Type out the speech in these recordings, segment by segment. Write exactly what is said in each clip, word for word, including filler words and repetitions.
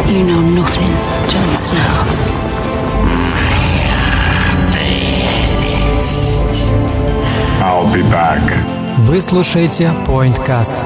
You know nothing, Jon Snow. I'll be back. Вы слушаете PointCast.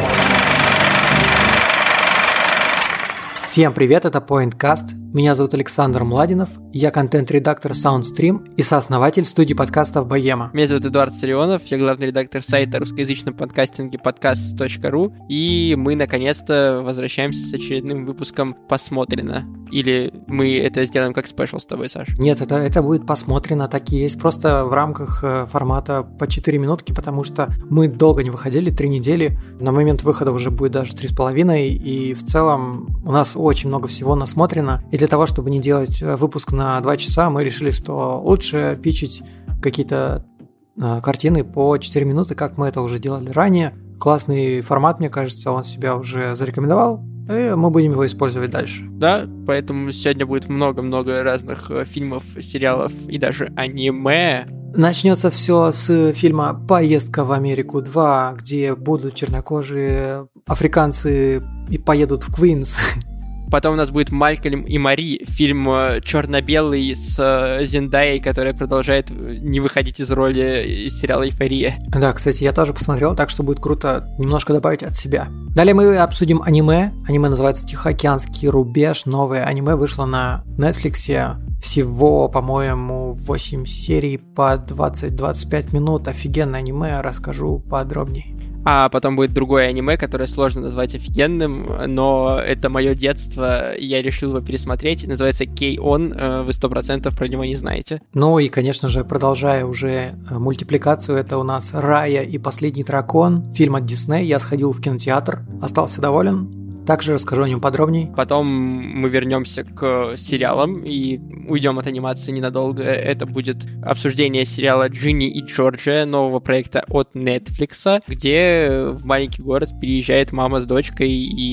Всем привет, это PointCast. Меня зовут Александр Младинов, я контент-редактор SoundStream и сооснователь студии подкастов Богема. Меня зовут Эдуард Сарионов, я главный редактор сайта русскоязычном подкастинге подкаст точка ру, и мы наконец-то возвращаемся с очередным выпуском «Посмотрено». Или мы это сделаем как спешл с тобой, Саш? Нет, это, это будет «Посмотрено», так и есть, просто в рамках э, формата по четыре минутки, потому что мы долго не выходили, три недели, на момент выхода уже будет даже три с половиной, и в целом у нас очень много всего насмотрено, и для того, чтобы не делать выпуск на два часа, мы решили, что лучше питчить какие-то э, картины по четыре минуты, как мы это уже делали ранее. Классный формат, мне кажется, он себя уже зарекомендовал, и мы будем его использовать дальше. Да, поэтому сегодня будет много-много разных фильмов, сериалов и даже аниме. Начнется все с фильма «Поездка в Америку два», где будут чернокожие африканцы и поедут в Квинс. Потом у нас будет «Малькольм и Мари», фильм черно-белый с Зендаей, которая продолжает не выходить из роли из сериала «Эйфория». Да, кстати, я тоже посмотрел, так что будет круто немножко добавить от себя. Далее мы обсудим аниме. Аниме называется «Тихоокеанский рубеж». Новое аниме вышло на Netflix. Всего, по-моему, восемь серий по двадцать-двадцать пять минут. Офигенное аниме, расскажу подробнее. А потом будет другое аниме, которое сложно назвать офигенным, но это мое детство, и я решил его пересмотреть. Называется К-Он, вы сто процентов про него не знаете. Ну и, конечно же, продолжая уже мультипликацию, это у нас «Рая и последний дракон», фильм от Дисней. Я сходил в кинотеатр, остался доволен. Также расскажу о нем подробнее. Потом мы вернемся к сериалам и уйдем от анимации ненадолго. Это будет обсуждение сериала «Джинни и Джорджия», нового проекта от Netflix, где в маленький город переезжает мама с дочкой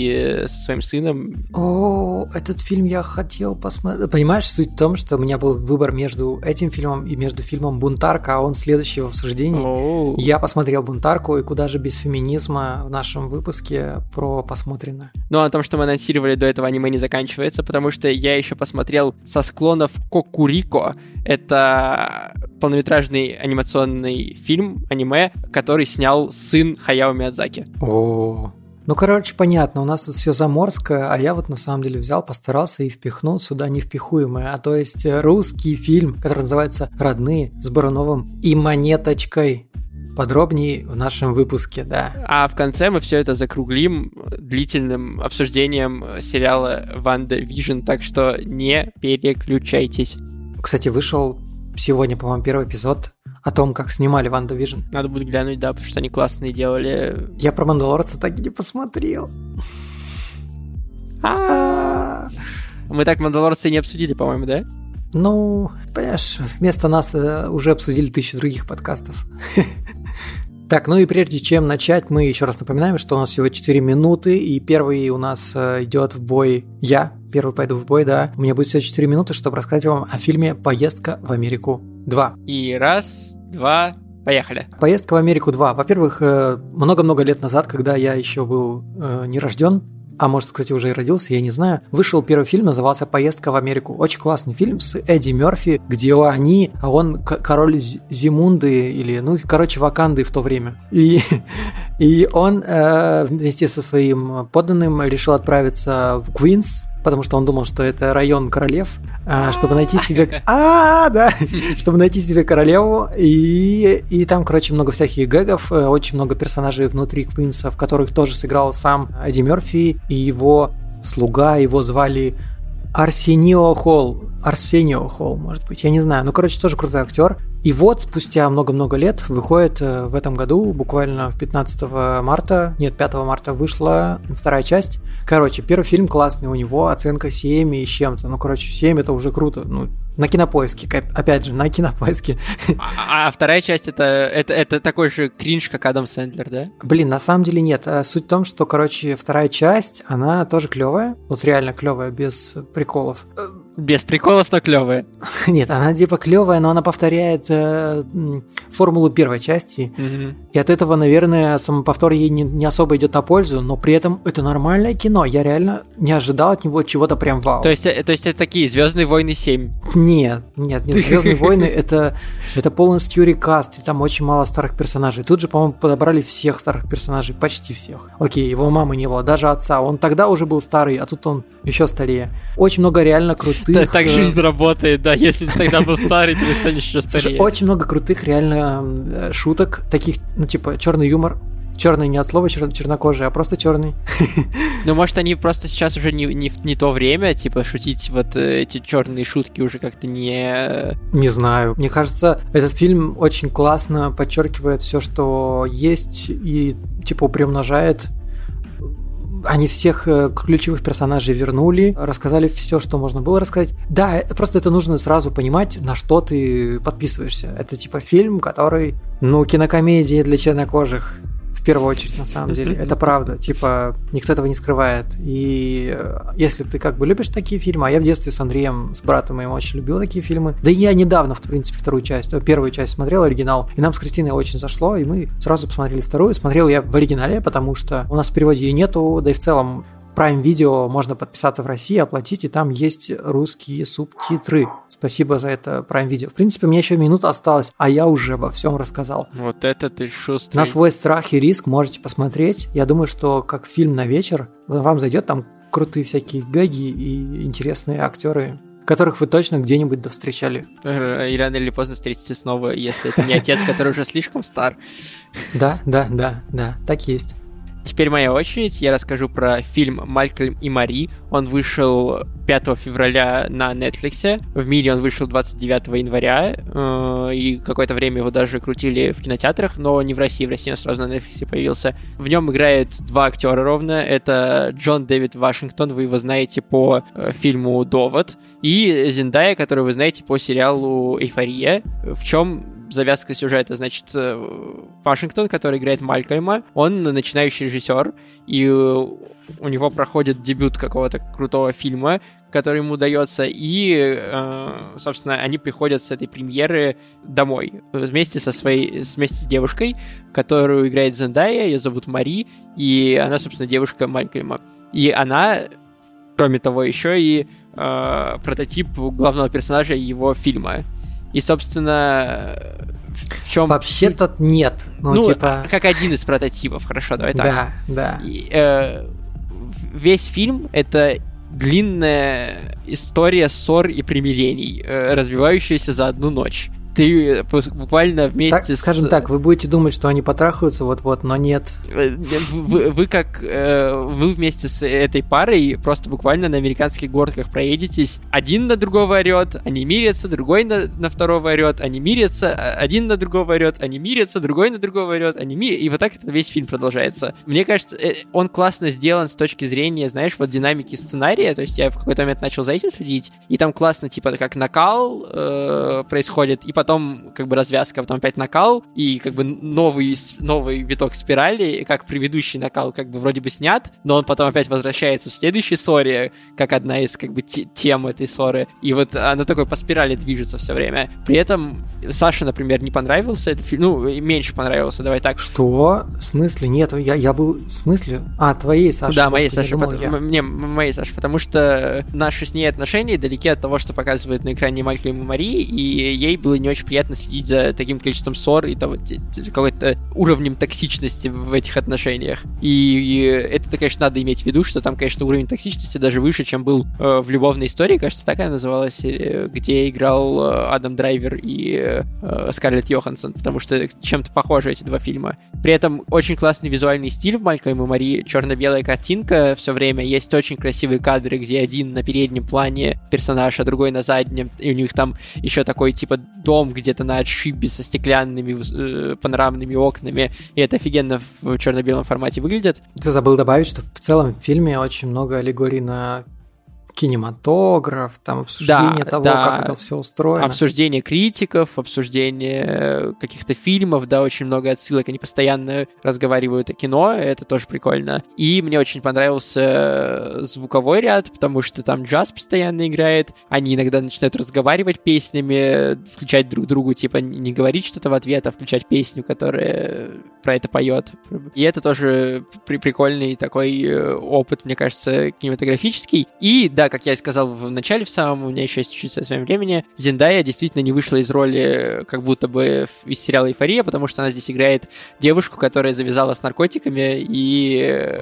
и со своим сыном. О, этот фильм я хотел посмотреть. Понимаешь, суть в том, что у меня был выбор между этим фильмом и между фильмом «Бунтарка», а он следующий в обсуждении. О. Я посмотрел «Бунтарку», и куда же без феминизма в нашем выпуске про «Посмотрено». Но о том, что мы анонсировали до этого, аниме не заканчивается, потому что я еще посмотрел «Со склонов Кокурико». Это полнометражный анимационный фильм, аниме, который снял сын Хаяо Миядзаки. О, ну, короче, понятно, у нас тут все заморское, а я вот на самом деле взял, постарался и впихнул сюда невпихуемое, а то есть русский фильм, который называется «Родные» с Баруновым и Монеточкой. Подробнее в нашем выпуске, да. А в конце мы все это закруглим длительным обсуждением сериала «Ванда Вижн», так что не переключайтесь. Кстати, вышел сегодня, по-моему, первый эпизод о том, как снимали «Ванда Вижн». Надо будет глянуть, да, потому что они классные делали. Я про «Мандалорца» так и не посмотрел. Мы так «Мандалорца» и не обсудили, по-моему, да? Ну, понимаешь, вместо нас уже обсудили тысячу других подкастов. Так, ну и прежде чем начать, мы еще раз напоминаем, что у нас всего четыре минуты, и первый у нас идет в бой я, первый пойду в бой, да. У меня будет всего четыре минуты, чтобы рассказать вам о фильме «Поездка в Америку два». И раз, два, поехали. «Поездка в Америку два». Во-первых, много-много лет назад, когда я еще был не рожден, а может, кстати, уже и родился, я не знаю, вышел первый фильм, назывался «Поездка в Америку». Очень классный фильм с Эдди Мерфи, где они, а он к- король Зимунды, или, ну, короче, Ваканды в то время. И, и он э, вместе со своим подданным решил отправиться в Квинс, потому что он думал, что это район королев, чтобы найти себе... А, да! Чтобы найти себе королеву. И, и там, короче, много всяких гэгов, очень много персонажей внутри Квинса, в которых тоже сыграл сам Эдди Мерфи, и его слуга, его звали Арсенио Холл. Арсенио Холл, может быть, я не знаю. Ну, короче, тоже крутой актер. И вот спустя много-много лет выходит в этом году, буквально пятнадцатого марта, нет, пятого марта вышла вторая часть. Короче, первый фильм классный, у него оценка семь и с чем-то. Ну, короче, семь это уже круто. Ну, на Кинопоиске, опять же, на Кинопоиске. А, а вторая часть это, это, это такой же кринж, как Адам Сэндлер, да? Блин, на самом деле нет. Суть в том, что, короче, вторая часть, она тоже клевая. Вот реально клевая, без приколов. Без приколов, но клевая. Нет, она типа клевая, но она повторяет э, формулу первой части. Mm-hmm. И от этого, наверное, самоповтор ей не, не особо идет на пользу, но при этом это нормальное кино. Я реально не ожидал от него чего-то прям вау. То есть, то есть это такие «Звездные войны семь»? Нет, нет, нет. «Звездные войны» это, это полностью рекаст, и там очень мало старых персонажей. Тут же, по-моему, подобрали всех старых персонажей, почти всех. Окей, его мамы не было, даже отца. Он тогда уже был старый, а тут он еще старее. Очень много реально крутых... Да, так жизнь работает, да. Если ты тогда был старый, ты станешь еще старее. Очень много крутых реально шуток, таких, ну, типа, черный юмор. Черный не от слова чер- чернокожий, а просто черный. Ну, может, они просто сейчас уже не, не, не то время, типа, шутить вот эти черные шутки уже как-то не... Не знаю. Мне кажется, этот фильм очень классно подчеркивает все, что есть, и, типа, приумножает. Они всех ключевых персонажей вернули, рассказали все, что можно было рассказать. Да, просто это нужно сразу понимать, на что ты подписываешься. Это, типа, фильм, который, ну, кинокомедия для чернокожих. В первую очередь, на самом деле. Это правда. Типа, никто этого не скрывает. И если ты как бы любишь такие фильмы, а я в детстве с Андреем, с братом моим, очень любил такие фильмы. Да и я недавно, в принципе, вторую часть, первую часть смотрел, оригинал, и нам с Кристиной очень зашло, и мы сразу посмотрели вторую. Смотрел я в оригинале, потому что у нас в переводе ее нету, да и в целом Prime Video можно подписаться в России, оплатить, и там есть русские субтитры. Спасибо за это, Prime Video. В принципе, у меня еще минута осталась, а я уже обо всем рассказал. Вот это ты шустрый. На свой страх и риск можете посмотреть. Я думаю, что как фильм на вечер вам зайдет, там крутые всякие гэги и интересные актеры, которых вы точно где-нибудь довстречали. И рано или поздно встретитесь снова, если это не отец, который уже слишком стар. Да, да, да, да, так есть. Теперь моя очередь. Я расскажу про фильм «Малькольм и Мари». Он вышел пятого февраля на Netflix. В мире он вышел двадцать девятого января. И какое-то время его даже крутили в кинотеатрах, но не в России. В России он сразу на Netflix появился. В нем играет два актера ровно. Это Джон Дэвид Вашингтон. Вы его знаете по фильму «Довод». И Зендая, которую вы знаете по сериалу «Эйфория». В чем завязка сюжета? Значит, Вашингтон, который играет Малькольма, он начинающий режиссер, и у него проходит дебют какого-то крутого фильма, который ему дается, и, собственно, они приходят с этой премьеры домой вместе со своей, вместе с девушкой, которую играет Зендая, ее зовут Мари, и она, собственно, девушка Малькольма. И она, кроме того, еще и э, прототип главного персонажа его фильма. И, собственно, в чем... Вообще-то нет. Ну, ну типа... как один из прототипов, хорошо, давай так. Да, да. И, э, весь фильм — это длинная история ссор и примирений, э, развивающаяся за одну ночь. Ты буквально вместе так, с... Скажем так, вы будете думать, что они потрахаются вот-вот, но нет. Вы, вы как... Вы вместе с этой парой просто буквально на американских горках проедетесь. Один на другого орет, они мирятся, другой на, на второго орет, они мирятся, один на другого орет, они мирятся, другой на другого орет, они мирятся. И вот так это весь фильм продолжается. Мне кажется, он классно сделан с точки зрения, знаешь, вот динамики сценария. То есть я в какой-то момент начал за этим следить, и там классно, типа, как накал э, происходит, и потом как бы развязка, потом опять накал, и как бы новый, новый виток спирали, как предыдущий накал как бы вроде бы снят, но он потом опять возвращается в следующей ссоре, как одна из как бы т- тем этой ссоры, и вот оно такой по спирали движется все время. При этом Саше, например, не понравился этот фильм, ну, меньше понравился, давай так. Что? В смысле? Нет, я, я был... В смысле? А, твоей Саши. Да, моей Саши, думал, потому... я... мне, моей Саши, потому что наши с ней отношения далеки от того, что показывает на экране Малькольм и Мари, и ей было не очень приятно следить за таким количеством ссор и того, какой-то уровнем токсичности в этих отношениях. И это, конечно, надо иметь в виду, что там, конечно, уровень токсичности даже выше, чем был э, в «Любовной истории», кажется, так она называлась, где играл э, Адам Драйвер и э, Скарлетт Йоханссон, потому что чем-то похожи эти два фильма. При этом очень классный визуальный стиль в «Малькольм и Мари», черно-белая картинка все время, есть очень красивые кадры, где один на переднем плане персонаж, а другой на заднем, и у них там еще такой, типа, дом где-то на отшибе со стеклянными э, панорамными окнами, и это офигенно в черно-белом формате выглядит. Ты забыл добавить, что в целом в фильме очень много аллегорий на кинематограф, там обсуждение да, того, да. как это все устроено. Обсуждение критиков, обсуждение каких-то фильмов, да, очень много отсылок, они постоянно разговаривают о кино, это тоже прикольно. И мне очень понравился звуковой ряд, потому что там джаз постоянно играет, они иногда начинают разговаривать песнями, включать друг другу, типа не говорить что-то в ответ, а включать песню, которая про это поет. И это тоже при- прикольный такой опыт, мне кажется, кинематографический. И да, как я и сказал в начале в самом, у меня еще есть чуть-чуть со своего времени, Зендая действительно не вышла из роли как будто бы из сериала «Эйфория», потому что она здесь играет девушку, которая завязала с наркотиками, и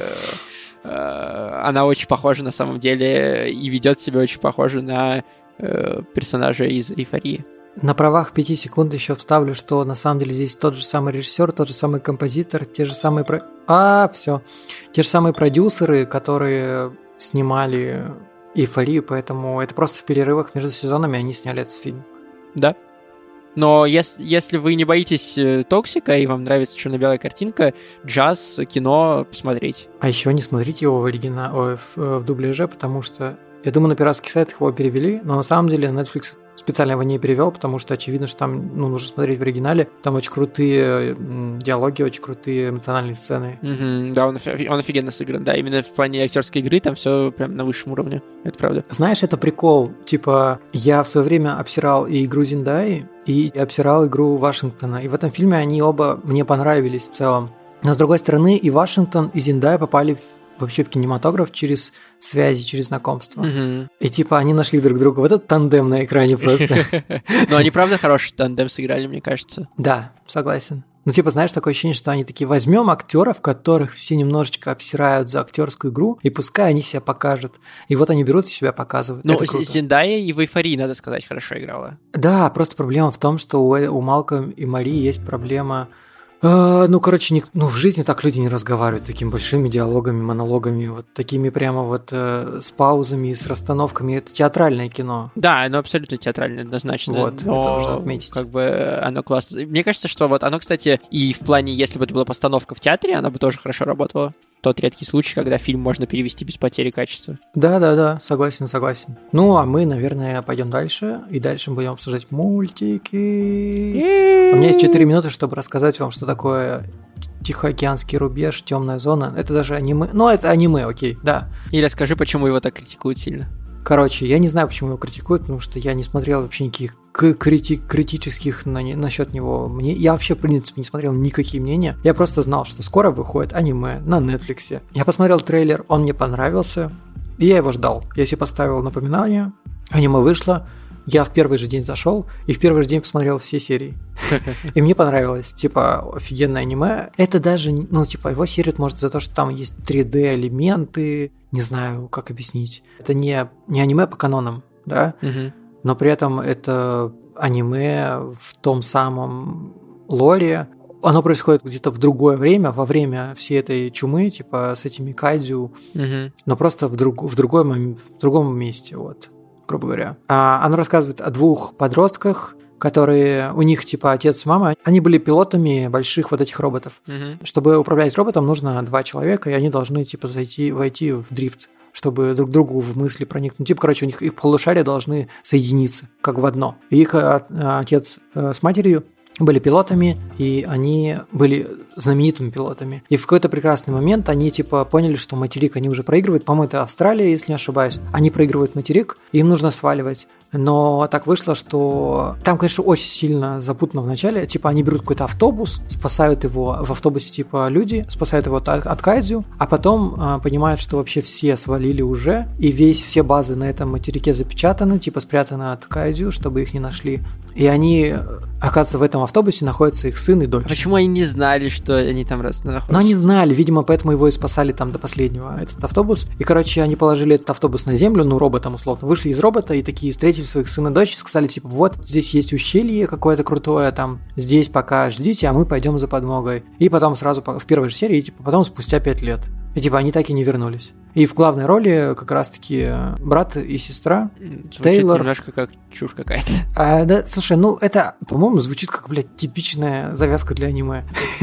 э, она очень похожа на самом деле и ведет себя очень похоже на э, персонажа из «Эйфории». На правах пяти секунд еще вставлю, что на самом деле здесь тот же самый режиссер, тот же самый композитор, те же самые... Про... А, все. Те же самые продюсеры, которые снимали «Эйфорию», поэтому это просто в перерывах между сезонами они сняли этот фильм. Да. Но если, если вы не боитесь токсика и вам нравится черно-белая картинка, джаз, кино, посмотреть. А еще не смотрите его в оригинале, ой, в, в дубляже, потому что, я думаю, на пиратских сайтах его перевели, но на самом деле Netflix специально его не перевел, потому что очевидно, что там ну, нужно смотреть в оригинале. Там очень крутые диалоги, очень крутые эмоциональные сцены. Mm-hmm, да, он, он офигенно сыгран, да. Именно в плане актерской игры там все прям на высшем уровне. Это правда. Знаешь, это прикол. Типа, я в свое время обсирал и игру Зендаи, и обсирал игру Вашингтона. И в этом фильме они оба мне понравились в целом. Но с другой стороны, и Вашингтон, и Зендая попали в вообще в кинематограф через связи, через знакомства. Mm-hmm. И типа они нашли друг друга. Вот этот тандем на экране просто. Но они правда хороший тандем сыграли, мне кажется. Да, согласен. Ну, типа, знаешь, такое ощущение, что они такие, возьмем актеров, которых все немножечко обсирают за актерскую игру, и пускай они себя покажут. И вот они берут и себя показывают. Ну, Зендая и в «Эйфории», надо сказать, хорошо играла. Да, просто проблема в том, что у, у Малкольма и Мари есть проблема... Uh, ну, короче, не, ну, в жизни так люди не разговаривают такими большими диалогами, монологами, вот такими прямо вот uh, с паузами, с расстановками. Это театральное кино. Да, оно абсолютно театральное, однозначно. Вот, но это нужно отметить. Как бы оно классно. Мне кажется, что вот оно, кстати, и в плане, если бы это была постановка в театре, она бы тоже хорошо работала. Тот редкий случай, когда фильм можно перевести без потери качества. Да-да-да, согласен, согласен. Ну, а мы, наверное, пойдем дальше, и дальше будем обсуждать мультики. У меня есть четыре минуты, чтобы рассказать вам, что такое Тихоокеанский рубеж, темная зона. Это даже аниме. Ну, это аниме, окей, да. Или расскажи, почему его так критикуют сильно. Короче, я не знаю, почему его критикуют, потому что я не смотрел вообще никаких крити- критических на не- насчет него мнений. Я вообще, в принципе, не смотрел никакие мнения. Я просто знал, что скоро выходит аниме на Netflix. Я посмотрел трейлер, он мне понравился, и я его ждал. Я себе поставил напоминание, аниме вышло, я в первый же день зашел и в первый же день посмотрел все серии. И мне понравилось. Типа, офигенное аниме. Это даже, ну, типа, его серия может за то, что там есть три дэ-элементы. Не знаю, как объяснить. Это не, не аниме по канонам, да? Угу. Но при этом это аниме в том самом лоре. Оно происходит где-то в другое время, во время всей этой чумы, типа, с этими кайдзю. Угу. Но просто в, друг, в, другой, в другом месте, вот. Грубо говоря. А, оно рассказывает о двух подростках, которые, у них типа отец и мама, они были пилотами больших вот этих роботов. Mm-hmm. Чтобы управлять роботом, нужно два человека, и они должны типа зайти, войти в дрифт, чтобы друг другу в мысли проникнуть. Типа, короче, у них их полушария должны соединиться, как в одно. И их отец с матерью были пилотами, и они были знаменитыми пилотами. И в какой-то прекрасный момент они типа поняли, что материк они уже проигрывают. По-моему, это Австралия, если не ошибаюсь. Они проигрывают материк, и им нужно сваливать. Но так вышло, что там, конечно, очень сильно запутано в начале. Типа они берут какой-то автобус, спасают его в автобусе, типа люди, спасают его от, от кайдзю, а потом а, понимают, что вообще все свалили уже, и весь, все базы на этом материке запечатаны, типа спрятаны от кайдзю, чтобы их не нашли. И они, оказывается, в этом автобусе находятся их сын и дочь. А почему они не знали, что они там раз находятся? Ну, они знали, видимо, поэтому его и спасали там до последнего, этот автобус. И, короче, они положили этот автобус на землю, ну, роботом условно, вышли из робота и такие встретили своих сына и дочь, сказали, типа, вот, здесь есть ущелье какое-то крутое, там, здесь пока ждите, а мы пойдем за подмогой. И потом сразу в первой же серии, типа, потом спустя пять лет. И типа они так и не вернулись. И в главной роли как раз-таки брат и сестра. Звучит Тейлор. немножко как чушь какая-то. А, да, слушай, ну это, по-моему, звучит как, блядь, типичная завязка для аниме.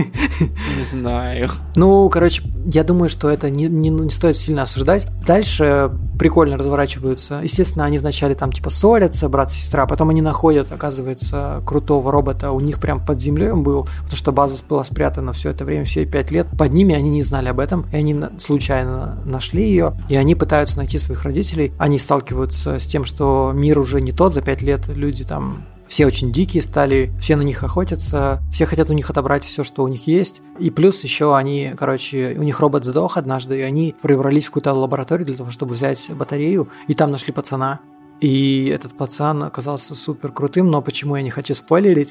Не знаю. Ну, короче, я думаю, что это не, не, не стоит сильно осуждать. Дальше прикольно разворачиваются. Естественно, они вначале там типа ссорятся, брат и сестра, а потом они находят, оказывается, крутого робота. У них прям под землей он был, потому что база была спрятана все это время, все пять лет. Под ними они не знали об этом, и они случайно нашли ее, и они пытаются найти своих родителей. Они сталкиваются с тем, что мир уже не тот, за пять лет люди там все очень дикие стали, все на них охотятся, все хотят у них отобрать все, что у них есть. И плюс еще они, короче, у них робот сдох однажды, и они пробрались в какую-то лабораторию для того, чтобы взять батарею, и там нашли пацана. И этот пацан оказался супер крутым, но почему я не хочу спойлерить?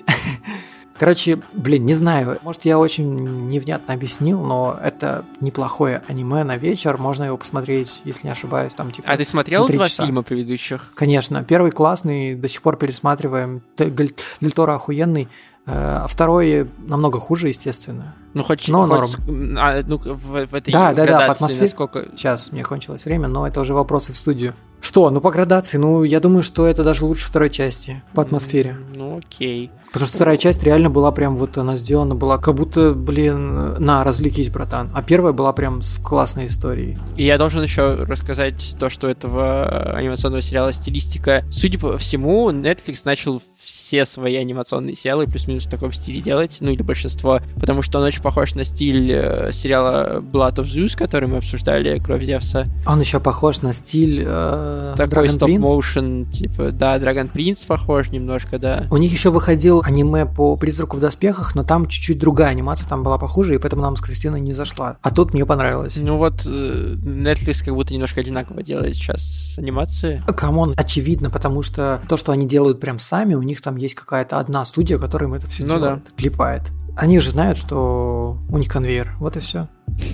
Короче, блин, не знаю, может, я очень невнятно объяснил, но это неплохое аниме на вечер, можно его посмотреть, если не ошибаюсь, там типа. А ты смотрел два часа. фильма предыдущих? Конечно, первый классный, до сих пор пересматриваем, Дель Торо охуенный, а второй намного хуже, естественно. Ну, хоть, но хоть а, ну, в, в этой да, да, да, по атмосфере. Насколько... Сейчас, мне кончилось время, но это уже вопросы в студию. Что? Ну, по градации, ну, я думаю, что это даже лучше второй части по атмосфере. Mm, ну, окей. Потому что вторая часть реально была прям вот, она сделана была как будто, блин, на, развлекись, братан. А первая была прям с классной историей. И я должен еще рассказать то, что этого анимационного сериала стилистика. Судя по всему, Netflix начал все свои анимационные сериалы плюс-минус в таком стиле делать, ну или большинство, потому что он очень похож на стиль э, сериала Blood of Zeus, который мы обсуждали, Кровь Зевса. Он еще похож на стиль э, такой Dragon Prince. стоп-моушен, типа, да, Dragon Prince похож немножко, да. У них еще выходил аниме по Призраку в доспехах, но там чуть-чуть другая анимация, там была похуже, и поэтому нам с Кристиной не зашла. А тут мне понравилось. Ну вот, Netflix как будто немножко одинаково делает сейчас анимации. Камон, очевидно, потому что то, что они делают прям сами, у них там есть какая-то одна студия, которая им это все ну делает, да. клепает. Они же знают, что у них конвейер, вот и все.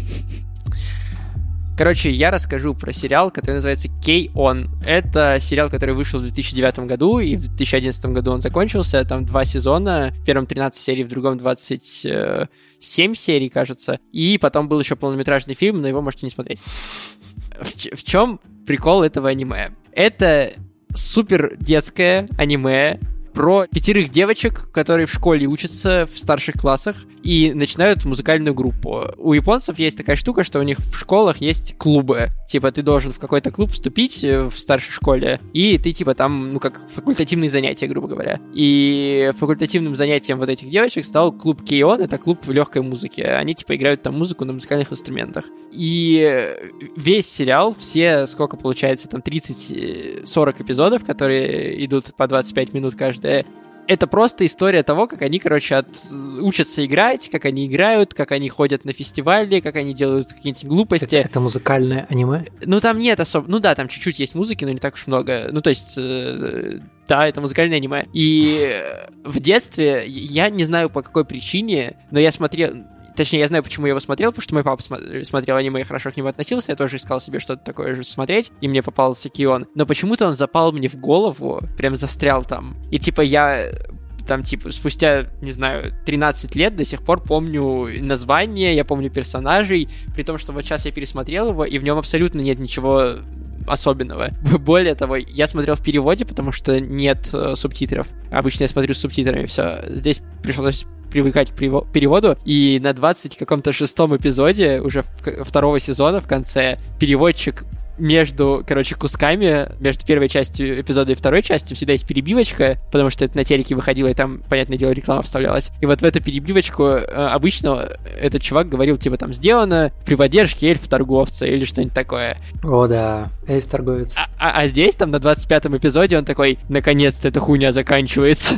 Короче, я расскажу про сериал, который называется K-On! Это сериал, который вышел в две тысячи девятом году, и в две тысячи одиннадцатом году он закончился. Там два сезона, в первом тринадцать серий, в другом двадцать семь серий, кажется. И потом был еще полнометражный фильм, но его можете не смотреть. В, в чем прикол этого аниме? Это супер детское аниме про пятерых девочек, которые в школе учатся в старших классах и начинают музыкальную группу. У японцев есть такая штука, что у них в школах есть клубы. Типа ты должен в какой-то клуб вступить в старшей школе, и ты типа там, ну как факультативные занятия, грубо говоря. И факультативным занятием вот этих девочек стал клуб K-On!, это клуб легкой музыки. Они типа играют там музыку на музыкальных инструментах. И весь сериал, все, сколько получается, там тридцать-сорок эпизодов, которые идут по двадцать пять минут каждый, это просто история того, как они, короче, от... учатся играть, как они играют, как они ходят на фестивали, как они делают какие-нибудь глупости. Это, это музыкальное аниме? Ну, там нет особо... Ну да, там чуть-чуть есть музыки, но не так уж много. Ну, то есть... Э, да, это музыкальное аниме. И в детстве, я не знаю по какой причине, но я смотрел... Точнее, я знаю, почему я его смотрел, потому что мой папа см- смотрел аниме и хорошо к нему относился, я тоже искал себе что-то такое же смотреть, и мне попался K-On! Но почему-то он запал мне в голову, прям застрял там. И типа я там типа спустя, не знаю, тринадцать лет до сих пор помню название, я помню персонажей, при том, что вот сейчас я пересмотрел его, и в нем абсолютно нет ничего особенного. Более того, я смотрел в переводе, потому что нет э, субтитров. Обычно я смотрю с субтитрами, все. Здесь пришлось привыкать к переводу, и на двадцать каком-то шестом эпизоде уже второго сезона в конце переводчик между, короче, кусками, между первой частью эпизода и второй частью всегда есть перебивочка, потому что это на телеке выходило, и там, понятное дело, реклама вставлялась. И вот в эту перебивочку э, обычно этот чувак говорил, типа, там, сделано при поддержке эльф-торговца или что-нибудь такое. О, да, эльф-торговец. А, а, а здесь, там, на двадцать пятом эпизоде он такой, наконец-то эта хуйня заканчивается.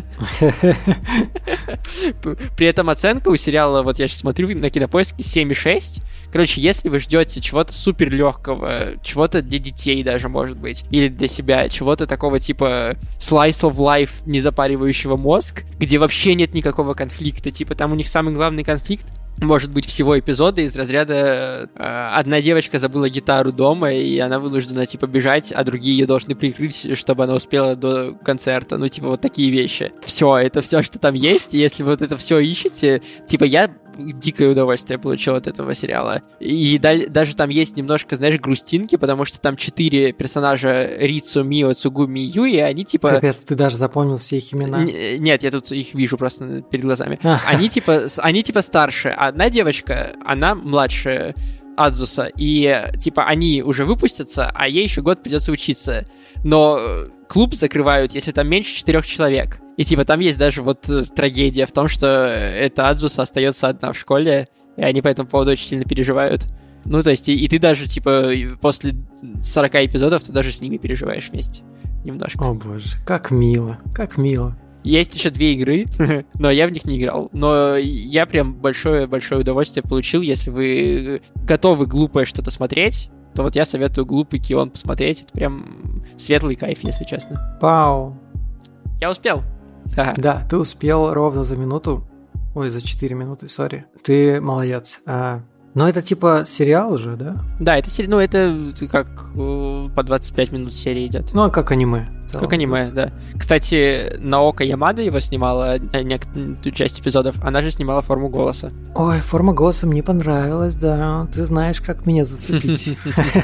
При этом оценка у сериала, вот я сейчас смотрю на Кинопоиске, семь и шесть. Короче, если вы ждете чего-то супер легкого, чего-то для детей даже, может быть, или для себя, чего-то такого типа slice of life, не запаривающего мозг, где вообще нет никакого конфликта, типа там у них самый главный конфликт может быть всего эпизода из разряда э, одна девочка забыла гитару дома, и она вынуждена, типа, бежать, а другие ее должны прикрыть, чтобы она успела до концерта. Ну, типа, вот такие вещи. Все, это все, что там есть, и если вы вот это все ищете, типа, я дикое удовольствие получил от этого сериала. И да- даже там есть немножко, знаешь, грустинки, потому что там четыре персонажа Рицу, Мио, Цугуми и Юи, они типа... Капец, ты даже запомнил все их имена. Н- нет, я тут их вижу просто перед глазами. Они типа, они типа старше, а одна девочка, она младше Адзуса, и типа они уже выпустятся, а ей еще год придется учиться. Но клуб закрывают, если там меньше четырех человек. И типа там есть даже вот трагедия в том, что эта Адзуса остается одна в школе, и они по этому поводу очень сильно переживают. Ну, то есть, и, и ты даже, типа, после сорока эпизодов ты даже с ними переживаешь вместе. Немножко. О боже, как мило, как мило. Есть еще две игры, но я в них не играл. Но я прям большое-большое удовольствие получил. Если вы готовы глупое что-то смотреть, то вот я советую глупый Кион посмотреть. Это прям светлый кайф, если честно. Пау. Я успел. Ага. Да, ты успел ровно за минуту. Ой, за четыре минуты, сори. Ты молодец. А, но это типа сериал уже, да? Да, это сериал, ну это как э, по двадцать пять минут серии идет. Ну, а как аниме. В целом. Как аниме, да. Кстати, Наока Ямада его снимала, некоторую часть эпизодов, она же снимала «Форму голоса». Ой, «Форма голоса» мне понравилась, да. Ты знаешь, как меня зацепить.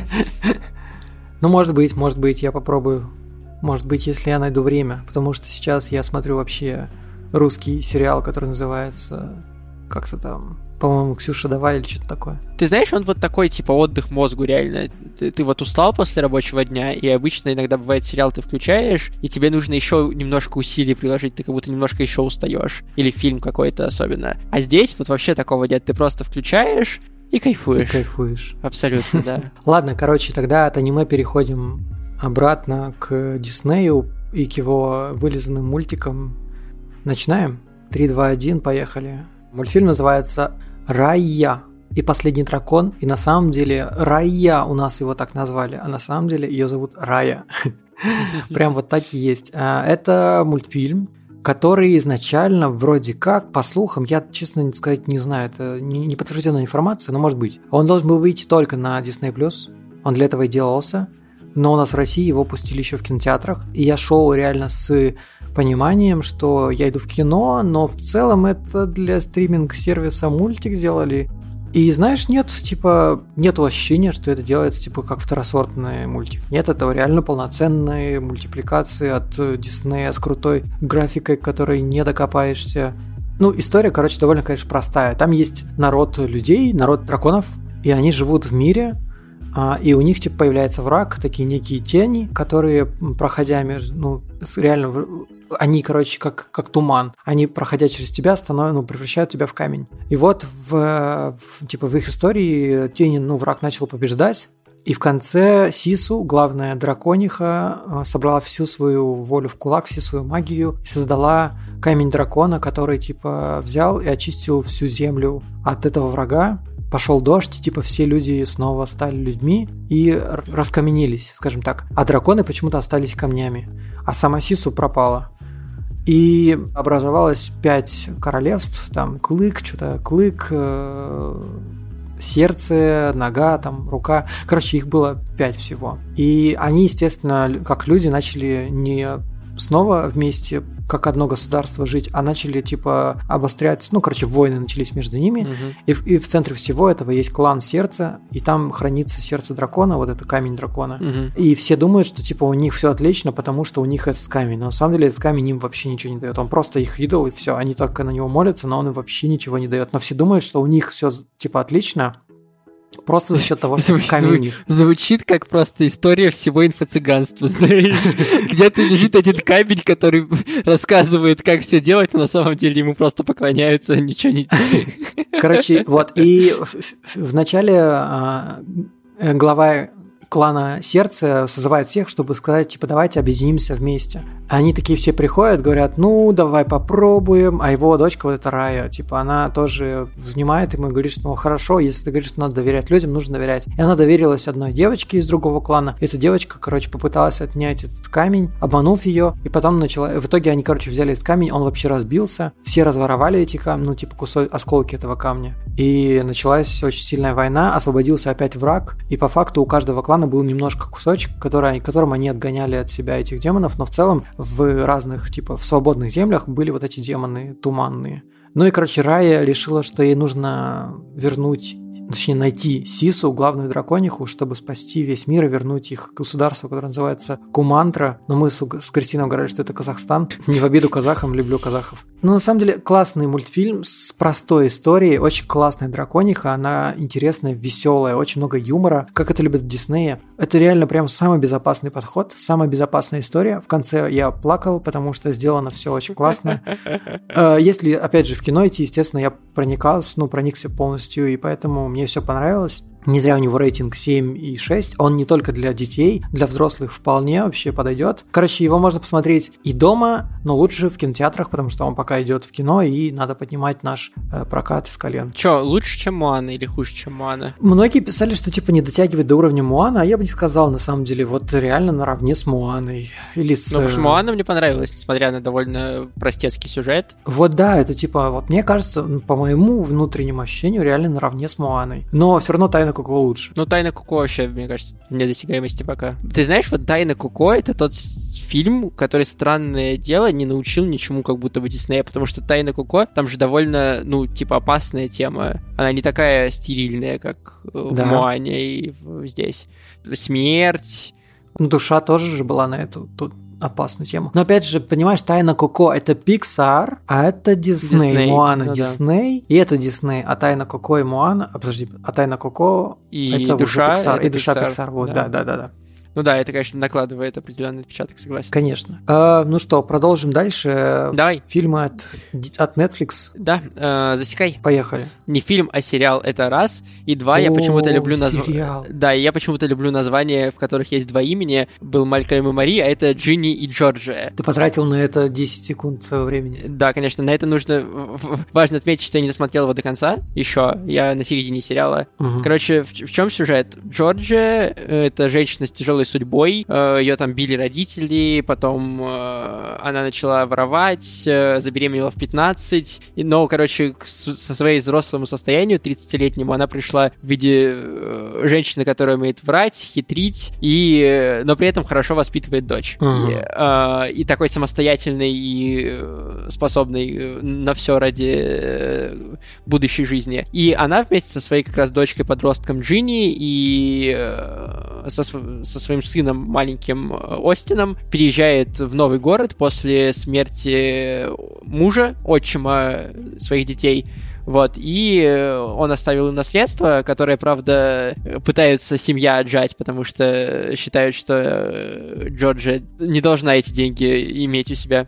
Ну, может быть, может быть, я попробую. Может быть, если я найду время. Потому что сейчас я смотрю вообще русский сериал, который называется как-то там... По-моему, «Ксюша, давай» или что-то такое. Ты знаешь, он вот такой, типа, отдых мозгу, реально. Ты, ты вот устал после рабочего дня, и обычно иногда бывает сериал ты включаешь, и тебе нужно еще немножко усилий приложить, ты как будто немножко еще устаешь. Или фильм какой-то особенно. А здесь вот вообще такого нет. Ты просто включаешь и кайфуешь. И кайфуешь. Абсолютно, да. Ладно, короче, тогда от аниме переходим обратно к Диснею и к его вылизанным мультикам. Начинаем? три, два, один, поехали. Мультфильм называется «Райя» и «Последний дракон». И на самом деле Райя у нас его так назвали, а на самом деле ее зовут Рая. Прям вот так и есть. Это мультфильм, который изначально вроде как, по слухам, я, честно сказать, не знаю, это не подтвержденная информация, но может быть. Он должен был выйти только на Disney+, он для этого и делался, но у нас в России его пустили еще в кинотеатрах, и я шел реально с пониманием, что я иду в кино, но в целом это для стриминг-сервиса мультик сделали. И знаешь, нет, типа, нет ощущения, что это делается, типа, как второсортный мультик. Нет, это реально полноценные мультипликации от Диснея с крутой графикой, к которой не докопаешься. Ну, история, короче, довольно, конечно, простая. Там есть народ людей, народ драконов, и они живут в мире, и у них, типа, появляется враг, такие некие тени, которые, проходя между, ну, реально, они, короче, как, как туман. Они, проходя через тебя, становятся, ну, превращают тебя в камень. И вот, в, в, типа, в их истории тени, ну, враг начал побеждать, и в конце Сису, главная дракониха, собрала всю свою волю в кулак, всю свою магию, и создала камень дракона, который, типа, взял и очистил всю землю от этого врага. Пошел дождь, и, типа, все люди снова стали людьми и раскаменелись, скажем так. А драконы почему-то остались камнями. А сама Сису пропала. И образовалось пять королевств, там клык, что-то клык, э- сердце, нога, там, рука. Короче, их было пять всего. И они, естественно, как люди, начали не снова вместе, как одно государство жить, а начали, типа, обострять, ну, короче, войны начались между ними, uh-huh. и, в, и в центре всего этого есть клан сердца, и там хранится сердце дракона, вот это камень дракона, uh-huh. и все думают, что, типа, у них все отлично, потому что у них этот камень, но на самом деле этот камень им вообще ничего не дает, он просто их идол, и все, они только на него молятся, но он им вообще ничего не дает, но все думают, что у них все, типа, отлично, просто за счет того, что камень у них. Звучит как просто история всего инфо-цыганства, знаешь. Где-то лежит один камень, который рассказывает, как все делать, но на самом деле ему просто поклоняются, ничего не делают. Короче, вот, и в начале глава клана Сердце созывает всех, чтобы сказать, типа, давайте объединимся вместе. Они такие все приходят, говорят, ну, давай попробуем, а его дочка, вот эта Рая, типа, она тоже внимает ему и говорит, что, ну, хорошо, если ты говоришь, что надо доверять людям, нужно доверять. И она доверилась одной девочке из другого клана. Эта девочка, короче, попыталась отнять этот камень, обманув ее, и потом начала... В итоге они, короче, взяли этот камень, он вообще разбился, все разворовали эти камни, ну, типа, кусок, осколки этого камня. И началась очень сильная война, освободился опять враг, и по факту у каждого клана был немножко кусочек, который, которым они отгоняли от себя этих демонов, но в целом в разных, типа, в свободных землях были вот эти демоны туманные. Ну и, короче, Рая решила, что ей нужно вернуть, точнее, найти Сису, главную дракониху, чтобы спасти весь мир и вернуть их к государству, которое называется Кумантра. Но мы с, с Кристиной говорили, что это Казахстан. Не в обиду казахам, люблю казахов. Но на самом деле классный мультфильм с простой историей, очень классная дракониха, она интересная, веселая, очень много юмора, как это любят в Диснее. Это реально прям самый безопасный подход, самая безопасная история. В конце я плакал, потому что сделано все очень классно. Если, опять же, в кино идти, естественно, я проникался, ну, проникся полностью, и поэтому мне все понравилось. Не зря у него рейтинг семь и шесть. Он не только для детей, для взрослых вполне вообще подойдет. Короче, его можно посмотреть и дома, но лучше в кинотеатрах, потому что он пока идет в кино, и надо поднимать наш э, прокат с колен. Че, лучше, чем Моана или хуже, чем Моана? Многие писали, что типа не дотягивает до уровня Моана, а я бы не сказал, на самом деле, вот реально наравне с Моаной. Или с... Ну, потому что Моана мне понравилась, несмотря на довольно простецкий сюжет. Вот да, это типа, вот мне кажется, по моему внутреннему ощущению, реально наравне с Моаной. Но все равно Тайна Коко лучше. Ну, Тайна Коко вообще, мне кажется, вне досягаемости пока. Ты знаешь, вот Тайна Коко — это тот фильм, который, странное дело, не научил ничему как будто бы Диснея, потому что Тайна Коко, там же довольно, ну, типа, опасная тема. Она не такая стерильная, как да. в Моане и здесь. Смерть. Ну, душа тоже же была на эту тут опасную тему. Но опять же, понимаешь, Тайна Коко — это Pixar, а это Disney. Disney. Моана ну, Disney, да. И это Disney. А Тайна Коко и Моана... А, подожди, а Тайна Коко и это душа, уже Pixar. Это и душа Pixar. Pixar. Вот, да, да, да, да. Ну да, это, конечно, накладывает определенный отпечаток, согласен. Конечно. А, ну что, продолжим дальше. Давай. Фильмы от, от Netflix. Да, э, засекай. Поехали. Не фильм, а сериал — это раз. И два, О, я почему-то люблю название... Да, я почему-то люблю названия, в которых есть два имени. Был Малькольм и Мари, а это Джинни и Джорджия. Ты потратил на это десять секунд своего времени. Да, конечно, на это нужно... Важно отметить, что я не досмотрел его до конца еще. Я на середине сериала. Угу. Короче, в, в чем сюжет? Джорджия — это женщина с тяжелой судьбой, ее там били родители, потом она начала воровать, забеременела в пятнадцать, но, короче, со своей взрослому состоянию, тридцатилетнему, она пришла в виде женщины, которая умеет врать, хитрить, и, но при этом хорошо воспитывает дочь. Uh-huh. И, и такой самостоятельный и способный на все ради будущей жизни. И она вместе со своей как раз дочкой-подростком Джинни и со, со своим сыном маленьким Остином переезжает в новый город после смерти мужа, отчима своих детей. Вот, и он оставил им наследство, которое, правда, пытаются семья отжать, потому что считают, что Джорджия не должна эти деньги иметь у себя.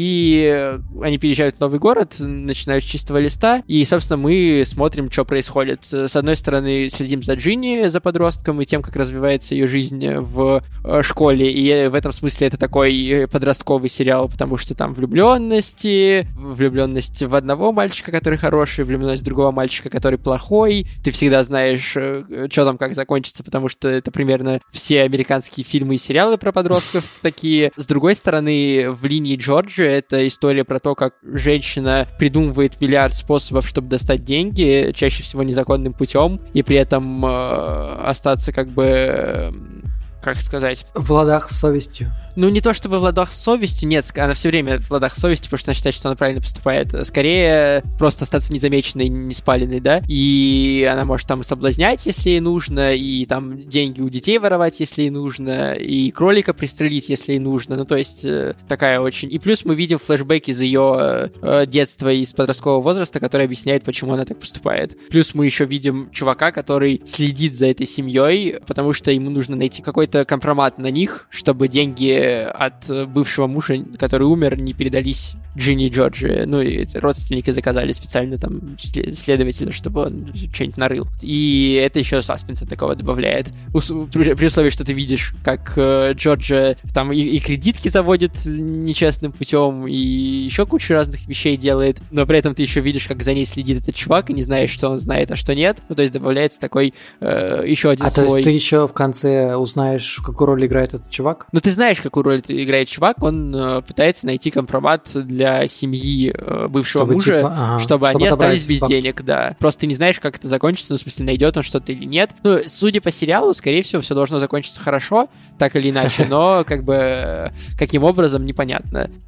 И они переезжают в новый город, начинают с чистого листа, и, собственно, мы смотрим, что происходит. С одной стороны, следим за Джинни, за подростком, и тем, как развивается ее жизнь в школе, и в этом смысле это такой подростковый сериал, потому что там влюбленности, влюбленность в одного мальчика, который хороший, влюбленность в другого мальчика, который плохой. Ты всегда знаешь, что там, как закончится, потому что это примерно все американские фильмы и сериалы про подростков такие. С другой стороны, в линии Джорджи это история про то, как женщина придумывает миллиард способов, чтобы достать деньги, чаще всего незаконным путем, и при этом э, остаться как бы... Э, как сказать? В ладах с совестью. Ну, не то чтобы в ладах с совестью, нет, она все время в ладах с совестью, потому что она считает, что она правильно поступает. Скорее, просто остаться незамеченной, не спаленной, да, и она может там соблазнять, если ей нужно, и там деньги у детей воровать, если ей нужно, и кролика пристрелить, если ей нужно, ну, то есть такая очень... И плюс мы видим флешбэк из ее э, детства и из подросткового возраста, который объясняет, почему она так поступает. Плюс мы еще видим чувака, который следит за этой семьей, потому что ему нужно найти какой-то компромат на них, чтобы деньги от бывшего мужа, который умер, не передались Джинни и Джорджи. Ну, и родственники заказали специально там следователя, чтобы он что-нибудь нарыл. И это еще саспенса такого добавляет. При, при условии, что ты видишь, как э, Джорджи там и, и кредитки заводит нечестным путем, и еще кучу разных вещей делает, но при этом ты еще видишь, как за ней следит этот чувак, и не знаешь, что он знает, а что нет. Ну, то есть добавляется такой э, еще один а слой. А то есть ты еще в конце узнаешь, какую роль играет этот чувак? Ну, ты знаешь, какую роль играет чувак, он э, пытается найти компромат для семьи э, бывшего чтобы, мужа, типа, ага, чтобы, чтобы они остались без факт. денег, да. Просто ты не знаешь, как это закончится, ну, в смысле, найдет он что-то или нет. Ну, судя по сериалу, скорее всего, все должно закончиться хорошо, так или иначе, но, как бы, каким образом, непонятно.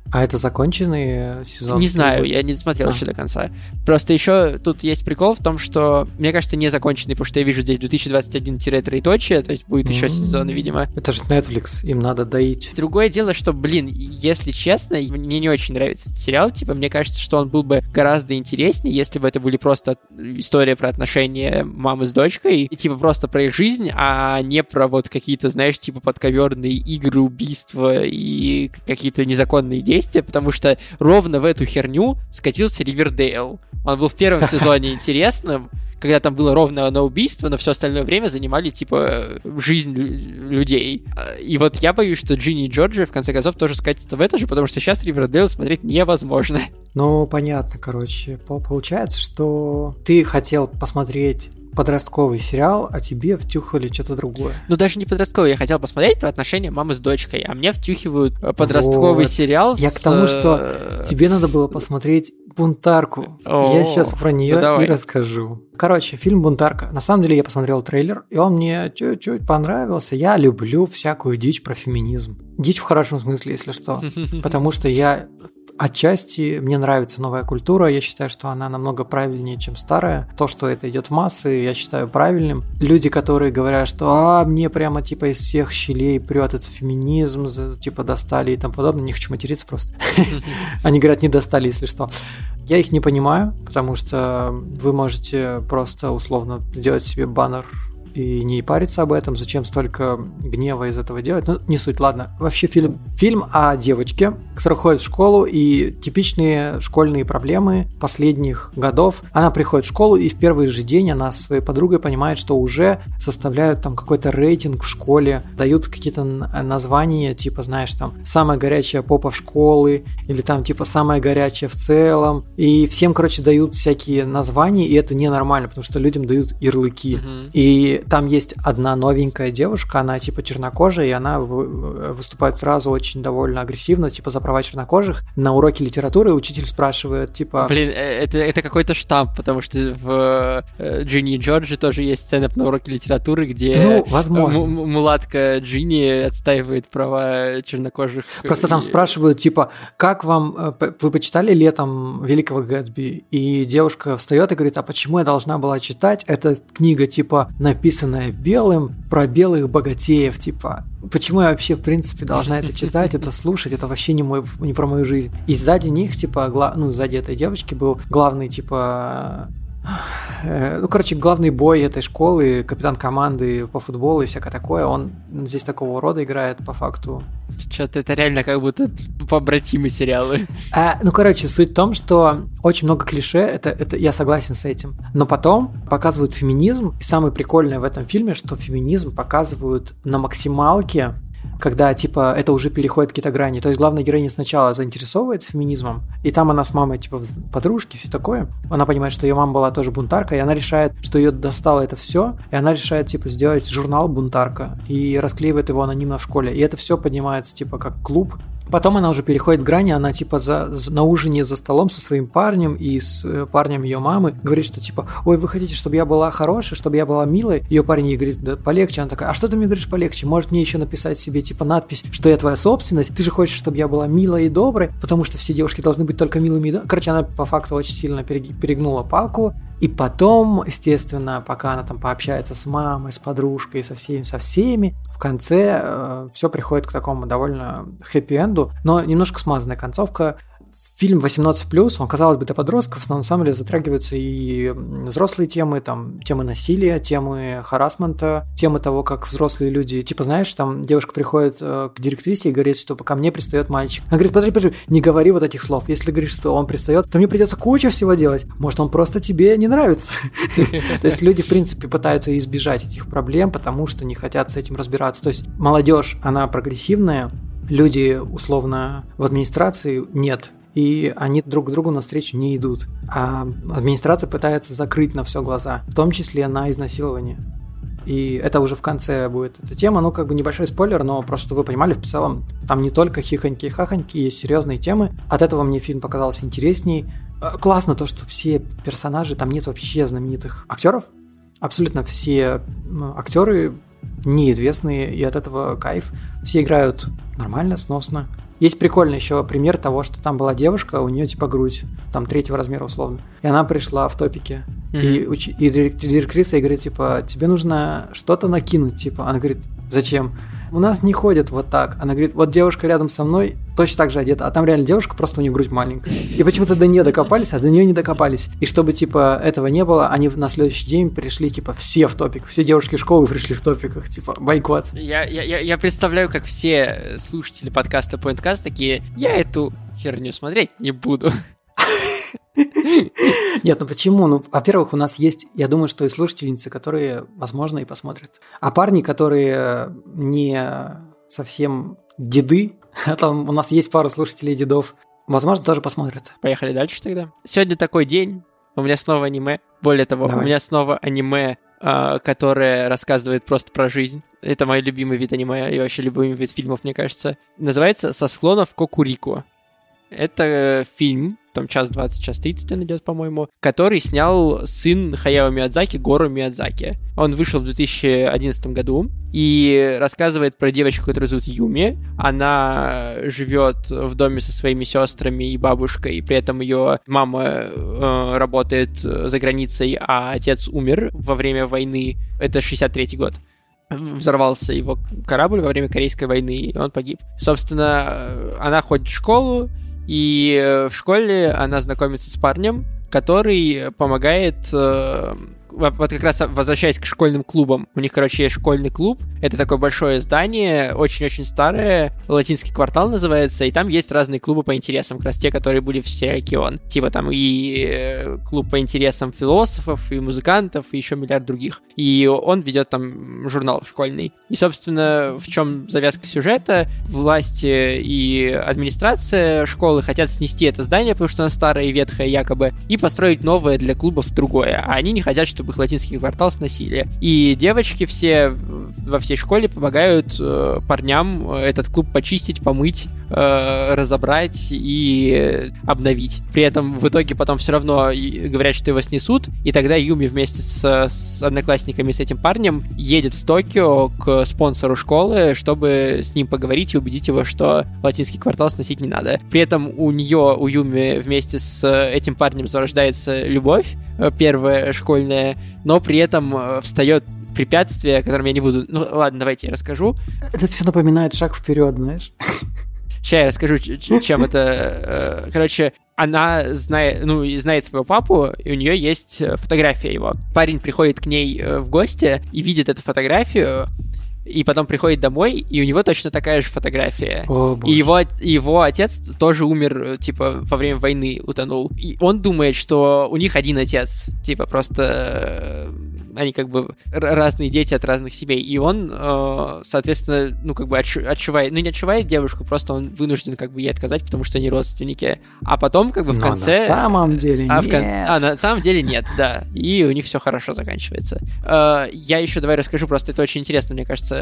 А это законченный сезон? Не знаю, я не смотрел а. еще до конца. Просто еще тут есть прикол в том, что, мне кажется, не законченный, потому что я вижу здесь две тысячи двадцать один троеточие, то есть будет mm-hmm. еще сезон, видимо. Это же Netflix, им надо доить. Другое дело, что, блин, если честно, мне не очень нравится этот сериал, типа, мне кажется, что он был бы гораздо интереснее, если бы это были просто история про отношения мамы с дочкой, и, типа, просто про их жизнь, а не про вот какие-то, знаешь, типа, подковерные игры, убийства и какие-то незаконные действия, потому что ровно в эту херню скатился Ривердейл. Он был в первом сезоне интересным, когда там было ровно одно убийство, но все остальное время занимали, типа, жизнь людей. И вот я боюсь, что Джинни и Джорджи в конце концов тоже скатятся в это же, потому что сейчас Ривердейл смотреть невозможно. Ну, понятно, короче. Получается, что ты хотел посмотреть подростковый сериал, а тебе втюхали что-то другое. Ну, даже не подростковый. Я хотел посмотреть про отношения мамы с дочкой, а мне втюхивают подростковый вот. сериал Я с... к тому, что тебе надо было посмотреть «Бунтарку». О, я сейчас про нее ну и расскажу. Короче, фильм «Бунтарка». На самом деле я посмотрел трейлер, и он мне чуть-чуть понравился. Я люблю всякую дичь про феминизм. Дичь в хорошем смысле, если что. Потому что я... Отчасти мне нравится новая культура, я считаю, что она намного правильнее, чем старая. То, что это идет в массы, я считаю правильным. Люди, которые говорят, что а, мне прямо типа из всех щелей прет этот феминизм, типа достали и тому подобное, не хочу материться просто. Они говорят, не достали, если что. Я их не понимаю, потому что вы можете просто условно сделать себе баннер и не париться об этом, зачем столько гнева из этого делать. Ну, не суть, ладно. Вообще фильм, фильм о девочке, которая ходит в школу, и типичные школьные проблемы последних годов. Она приходит в школу, и в первый же день она со своей подругой понимает, что уже составляют там какой-то рейтинг в школе, дают какие-то названия, типа, знаешь, там, самая горячая попа в школы, или там, типа, самая горячая в целом. И всем, короче, дают всякие названия, и это ненормально, потому что людям дают ярлыки. Mm-hmm. И там есть одна новенькая девушка, она типа чернокожая, и она выступает сразу очень довольно агрессивно, типа за права чернокожих. На уроке литературы учитель спрашивает, типа... Блин, это, это какой-то штамп, потому что в Джинни и Джорджи тоже есть сцена на уроке литературы, где ну, возможно. М- мулатка Джинни отстаивает права чернокожих. Просто там спрашивают, типа, как вам... Вы почитали летом «Великого Гэтсби»? И девушка встает и говорит, а почему я должна была читать? Это книга, типа, написанная написанное белым про белых богатеев, типа, почему я вообще, в принципе, должна это читать, это слушать, это вообще не, мой, не про мою жизнь. И сзади них, типа, гла... ну, сзади этой девочки был главный, типа... Ну, короче, главный бой этой школы, капитан команды по футболу и всякое такое, он здесь такого рода играет по факту. Что-то это реально как будто побратимы сериалы. А, ну, короче, суть в том, что очень много клише, это, это я согласен с этим. Но потом показывают феминизм, и самое прикольное в этом фильме, что феминизм показывают на максималке, когда, типа, это уже переходит какие-то грани. То есть главная героиня сначала заинтересовывается феминизмом, и там она с мамой, типа, подружки, все такое. Она понимает, что ее мама была тоже бунтарка, и она решает, что ее достало это все, и она решает, типа, сделать журнал «Бунтарка» и расклеивает его анонимно в школе. И это все поднимается, типа, как клуб. Потом она уже переходит грани, она типа за, за, на ужине за столом со своим парнем и с э, парнем ее мамы говорит, что типа, ой, вы хотите, чтобы я была хорошей, чтобы я была милой? Ее парень ей говорит, да полегче. Она такая, а что ты мне говоришь полегче? Может мне еще написать себе типа надпись, что я твоя собственность? Ты же хочешь, чтобы я была милой и доброй, потому что все девушки должны быть только милыми и добрыми. Короче, она по факту очень сильно перегнула палку. И потом, естественно, пока она там пообщается с мамой, с подружкой, со всеми, со всеми, в конце э, все приходит к такому довольно хэппи-энду, но немножко смазанная концовка. Фильм восемнадцать плюс, он, казалось бы, для подростков, но на самом деле затрагиваются и взрослые темы, там, темы насилия, темы харассмента, темы того, как взрослые люди... Типа, знаешь, там девушка приходит э, к директрисе и говорит, что ко мне пристает мальчик. Она говорит, подожди, подожди, не говори вот этих слов. Если говоришь, что он пристает, то мне придется кучу всего делать. Может, он просто тебе не нравится. То есть люди, в принципе, пытаются избежать этих проблем, потому что не хотят с этим разбираться. То есть молодежь, она прогрессивная, люди, условно, в администрации нет. И они друг к другу навстречу не идут. А администрация пытается закрыть на все глаза, в том числе на изнасилование. И это уже в конце будет эта тема. Ну, как бы небольшой спойлер, но просто чтобы вы понимали, в целом там не только хихоньки и хахоньки, есть серьезные темы. От этого мне фильм показался интересней. Классно то, что все персонажи, там нет вообще знаменитых актеров. Абсолютно все актеры неизвестные, и от этого кайф. Все играют нормально, сносно. Есть прикольный еще пример того, что там была девушка, у нее типа грудь, там третьего размера условно. И она пришла в топике. Mm-hmm. И, уч... и директриса ей говорит, типа, тебе нужно что-то накинуть, типа. Она говорит, зачем? У нас не ходят вот так. Она говорит, вот девушка рядом со мной точно так же одета, а там реально девушка, просто у нее грудь маленькая. И почему-то до нее докопались, а до нее не докопались. И чтобы, типа, этого не было, они на следующий день пришли, типа, все в топик. Все девушки школы пришли в топиках, типа, бойкот. Я, я, я представляю, как все слушатели подкаста Pointcast такие, я эту херню смотреть не буду. Нет, ну почему? Ну, во-первых, у нас есть, я думаю, что и слушательницы, которые, возможно, и посмотрят. А парни, которые не совсем деды, а там у нас есть пару слушателей дедов, возможно, тоже посмотрят. Поехали дальше тогда. Сегодня такой день, у меня снова аниме. Более того, Давай. у меня снова аниме, которое рассказывает просто про жизнь. Это мой любимый вид аниме и вообще любимый вид фильмов, мне кажется. Называется «Со склонов Кокурико». Это фильм, там час двадцать, час тридцать он идет, по-моему, который снял сын Хаяо Миядзаки, Гору Миядзаки. Он вышел в две тысячи одиннадцатом году и рассказывает про девочку, которую зовут Юми. Она живет в доме со своими сестрами и бабушкой, и при этом ее мама э, работает за границей, а отец умер во время войны. Это шестьдесят третий год. Взорвался его корабль во время Корейской войны, и он погиб. Собственно, она ходит в школу, и в школе она знакомится с парнем, который помогает... Вот как раз возвращаясь к школьным клубам. У них, короче, есть школьный клуб. Это такое большое здание, очень-очень старое. Латинский квартал называется. И там есть разные клубы по интересам. Как раз те, которые были в сериале Кион. Типа там и клуб по интересам философов, и музыкантов, и еще миллиард других. И он ведет там журнал школьный. И, собственно, в чем завязка сюжета? Власти и администрация школы хотят снести это здание, потому что оно старое и ветхое якобы, и построить новое для клубов другое. А они не хотят, чтобы их латинский квартал сносили. И девочки все во всей школе помогают э, парням этот клуб почистить, помыть, э, разобрать и обновить. При этом в итоге потом все равно говорят, что его снесут, и тогда Юми вместе с, с одноклассниками, с этим парнем, едет в Токио к спонсору школы, чтобы с ним поговорить и убедить его, что латинский квартал сносить не надо. При этом у нее, у Юми, вместе с этим парнем зарождается любовь, первая школьная, но при этом встает препятствие, о котором я не буду... Ну, ладно, давайте я расскажу. Это все напоминает шаг вперед, знаешь? Сейчас я расскажу, чем это... Короче, она знает, ну, знает своего папу, и у нее есть фотография его. Парень приходит к ней в гости и видит эту фотографию, и потом приходит домой, и у него точно такая же фотография. О, и его, его отец тоже умер, типа, во время войны утонул. И он думает, что у них один отец. Типа, просто они как бы разные дети от разных семей. И он, соответственно, ну, как бы отшивает... Ну, не отшивает девушку, просто он вынужден как бы ей отказать, потому что они родственники. А потом, как бы, в конце... Но на самом деле а нет. Кон... А, на самом деле нет, да. И у них все хорошо заканчивается. Я еще давай расскажу, просто это очень интересно, мне кажется.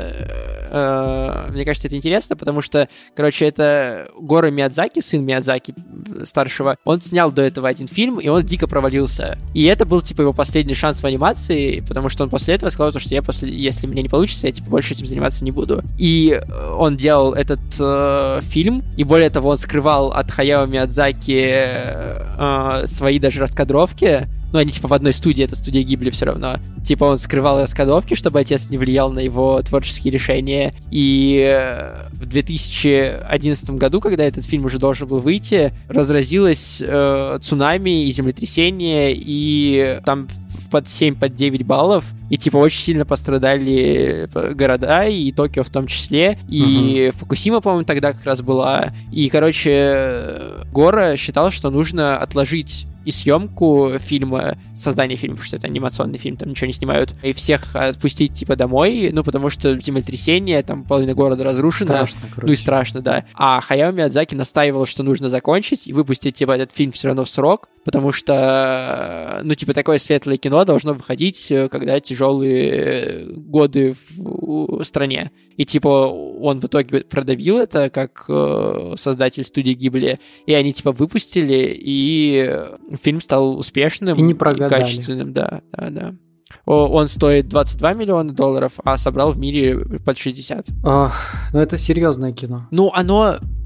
Мне кажется, это интересно, потому что, короче, это Гору Миядзаки, сын Миядзаки старшего, он снял до этого один фильм, и он дико провалился. И это был, типа, его последний шанс в анимации, потому что он после этого сказал, что я после, если мне не получится, я, типа, больше этим заниматься не буду. И он делал этот э, фильм, и более того, он скрывал от Хаяо Миядзаки э, свои даже раскадровки. Ну, они, типа, в одной студии, это студия Гибли все равно. Типа, он скрывал раскадровки, чтобы отец не влиял на его творческие решения. И в две тысячи одиннадцатом году, когда этот фильм уже должен был выйти, разразилось э, цунами и землетрясение, и там под семь, под девять баллов, и, типа, очень сильно пострадали города, и Токио в том числе, и uh-huh. Фукусима, по-моему, тогда как раз была. И, короче, Гора считал, что нужно отложить и съемку фильма, создание фильма, потому что это анимационный фильм, там ничего не снимают, и всех отпустить, типа, домой, ну, потому что землетрясение, там половина города разрушена. Страшно, короче. Ну и страшно, да. А Хаяо Миядзаки настаивал, что нужно закончить и выпустить, типа, этот фильм все равно в срок, потому что, ну, типа, такое светлое кино должно выходить, когда тяжелые годы в стране. И, типа, он в итоге продавил это, как э, создатель студии Гибли, и они, типа, выпустили, и фильм стал успешным и, не и качественным. Да, да, да. Он стоит двадцать два миллиона долларов, а собрал в мире под шестьдесят. Ох, ну это серьезное кино. Ну, оно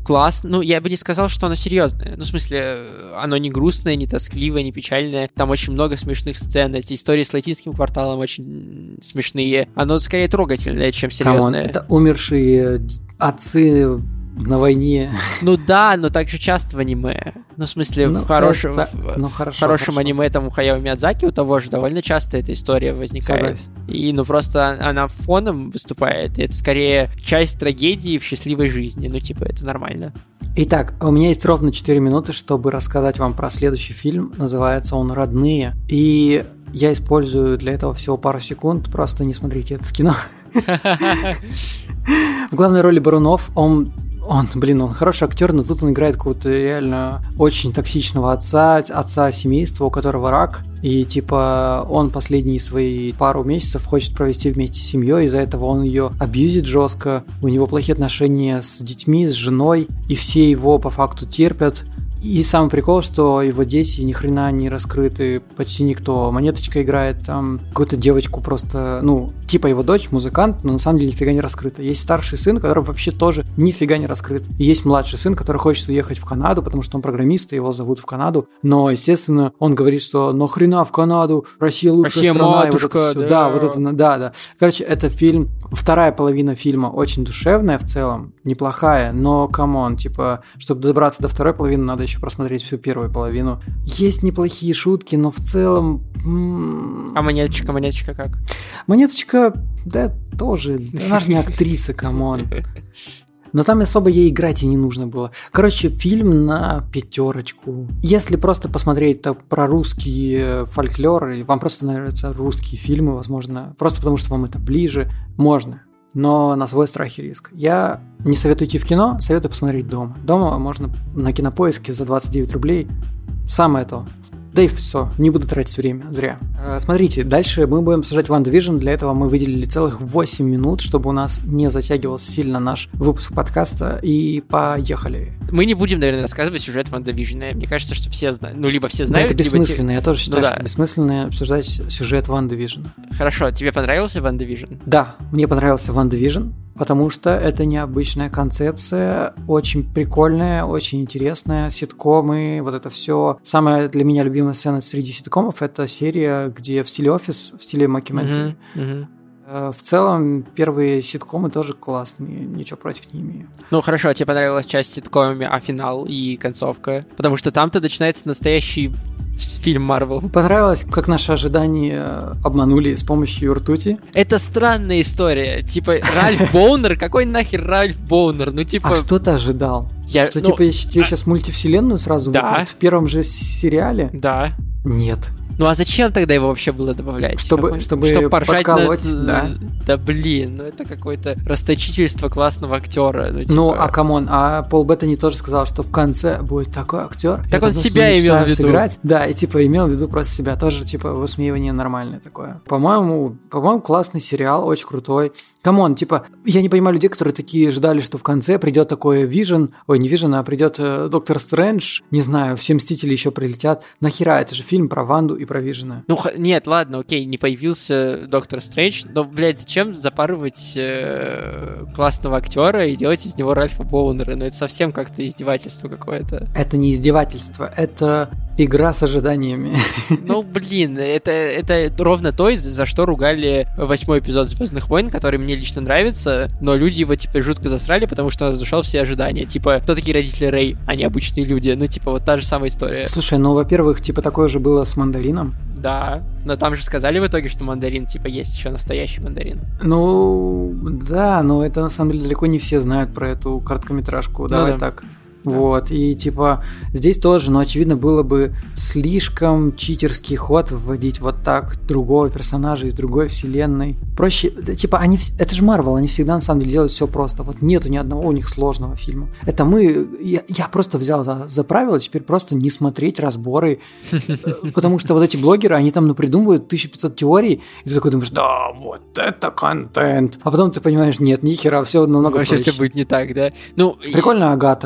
классно. Ну, я бы не сказал, что оно серьезное. Ну, в смысле, оно не грустное, не тоскливое, не печальное. Там очень много смешных сцен. Эти истории с латинским кварталом очень смешные. Оно скорее трогательное, чем серьезное. Камон, это умершие отцы на войне. Ну да, но так же часто в аниме. Ну, в смысле, ну, в, хорошем, это... в, ну, хорошо, в хорошем хорошо. аниме там у Хаяо Миядзаки, у того же, довольно часто эта история возникает. Согласен. И, ну, просто она фоном выступает. И это скорее часть трагедии в счастливой жизни. Ну, типа, это нормально. Итак, у меня есть ровно четыре минуты, чтобы рассказать вам про следующий фильм. Называется он «Родные». И я использую для этого всего пару секунд. Просто не смотрите это в кино. В главной роли Борунов, он... Он, блин, он хороший актер, но тут он играет какого-то реально очень токсичного отца, отца семейства, у которого рак. И, типа, он последние свои пару месяцев хочет провести вместе с семьей, из-за этого он ее абьюзит жестко, у него плохие отношения с детьми, с женой, и все его по факту терпят. И самый прикол, что его дети ни хрена не раскрыты, почти никто. Монеточка играет там какую-то девочку просто, ну, типа его дочь, музыкант, но на самом деле нифига не раскрыта. Есть старший сын, который вообще тоже нифига не раскрыт. И есть младший сын, который хочет уехать в Канаду, потому что он программист, и его зовут в Канаду. Но, естественно, он говорит, что нахрена в Канаду, Россия лучшая Россия страна. матушка, и вот это все. да. Да, вот это, да, да. Короче, это фильм, вторая половина фильма очень душевная в целом, неплохая, но, камон, типа, чтобы добраться до второй половины, надо еще просмотреть всю первую половину. Есть неплохие шутки, но в целом... М- А монеточка, монеточка как? Монеточка, да, тоже. Она же не актриса, камон. Но там особо ей играть и не нужно было. Короче, фильм на пятерочку. Если просто посмотреть так про русский фольклор, и вам просто нравятся русские фильмы, возможно, просто потому что вам это ближе, можно. Но на свой страх и риск. Я не советую идти в кино, советую посмотреть дома. Дома можно на Кинопоиске за двадцать девять рублей. Самое то. Да и все, не буду тратить время, зря. Смотрите, дальше мы будем обсуждать Ван Division. Для этого мы выделили целых восемь минут, чтобы у нас не затягивался сильно наш выпуск подкаста. И поехали. Мы не будем, наверное, рассказывать сюжет Ван Division. Мне кажется, что все знают. Ну, либо все знают, да, это бессмысленно. Либо... Я тоже считаю, ну, что да. бессмысленно обсуждать сюжет Ван Division. Хорошо, тебе понравился Ван Division? Да, мне понравился Ван Division. Потому что это необычная концепция, очень прикольная, очень интересная, ситкомы, вот это все. Самая для меня любимая сцена среди ситкомов – это серия, где в стиле офис, в стиле Mockumentary. Mm-hmm. Mm-hmm. В целом, первые ситкомы тоже классные, ничего против не имею. Ну хорошо, а тебе понравилась часть с ситкомами, а финал и концовка? Потому что там-то начинается настоящий фильм Марвел. Понравилось, как наши ожидания обманули с помощью ртути. Это странная история. Типа, Ральф Боунер? Какой нахер Ральф Боунер? Ну, типа... А что ты ожидал? Я... Что, ну... типа, тебе сейчас мультивселенную сразу да. выкатят в первом же сериале? Да. Нет. Ну а зачем тогда его вообще было добавлять? Чтобы, Какой... чтобы, чтобы поржать подколоть, над... да. Да блин, ну это какое-то расточительство классного актера. Ну, типа... ну а камон, а Пол Беттани тоже сказал, что в конце будет такой актер. Так он себя имел в виду. Сыграть. Да, и типа имел в виду просто себя. Тоже типа высмеивание нормальное такое. По-моему, по-моему, классный сериал, очень крутой. Камон, типа, я не понимаю людей, которые такие ждали, что в конце придет такой Вижн, ой, не Вижн, а придет э, Доктор Стрэндж, не знаю, все Мстители еще прилетят. Нахера, это же фильм про Ванду и про Вижна. Ну, нет, ладно, окей, не появился Доктор Стрэндж, но, блядь, зачем запарывать э, классного актера и делать из него Ральфа Боунера? Ну, это совсем как-то издевательство какое-то. Это не издевательство, это игра с ожиданиями. Ну, блин, это, это ровно то, за что ругали восьмой эпизод «Звездных войн», который мне лично нравится, но люди его, типа, жутко засрали, потому что он разрушал все ожидания. Типа, кто такие родители Рэй? Они обычные люди. Ну, типа, вот та же самая история. Слушай, ну, во-первых, типа, такое же было с Мандарином. Да, но там же сказали в итоге, что мандарин, типа, есть еще настоящий мандарин. Ну, да, но это на самом деле далеко не все знают про эту короткометражку. Ну, давай да. так. Вот, и типа здесь тоже, но очевидно было бы слишком читерский ход вводить вот так другого персонажа из другой вселенной. Проще, типа, они, это же Марвел, они всегда на самом деле делают все просто. Вот нету ни одного у них сложного фильма. Это мы, я, я просто взял за, за правило теперь просто не смотреть разборы, потому что вот эти блогеры, они там напридумывают тысяча пятьсот теорий, и ты такой думаешь, да, вот это контент. А потом ты понимаешь, нет, нихера, все намного проще. Вообще все будет не так, да? Ну, прикольно Агата в конце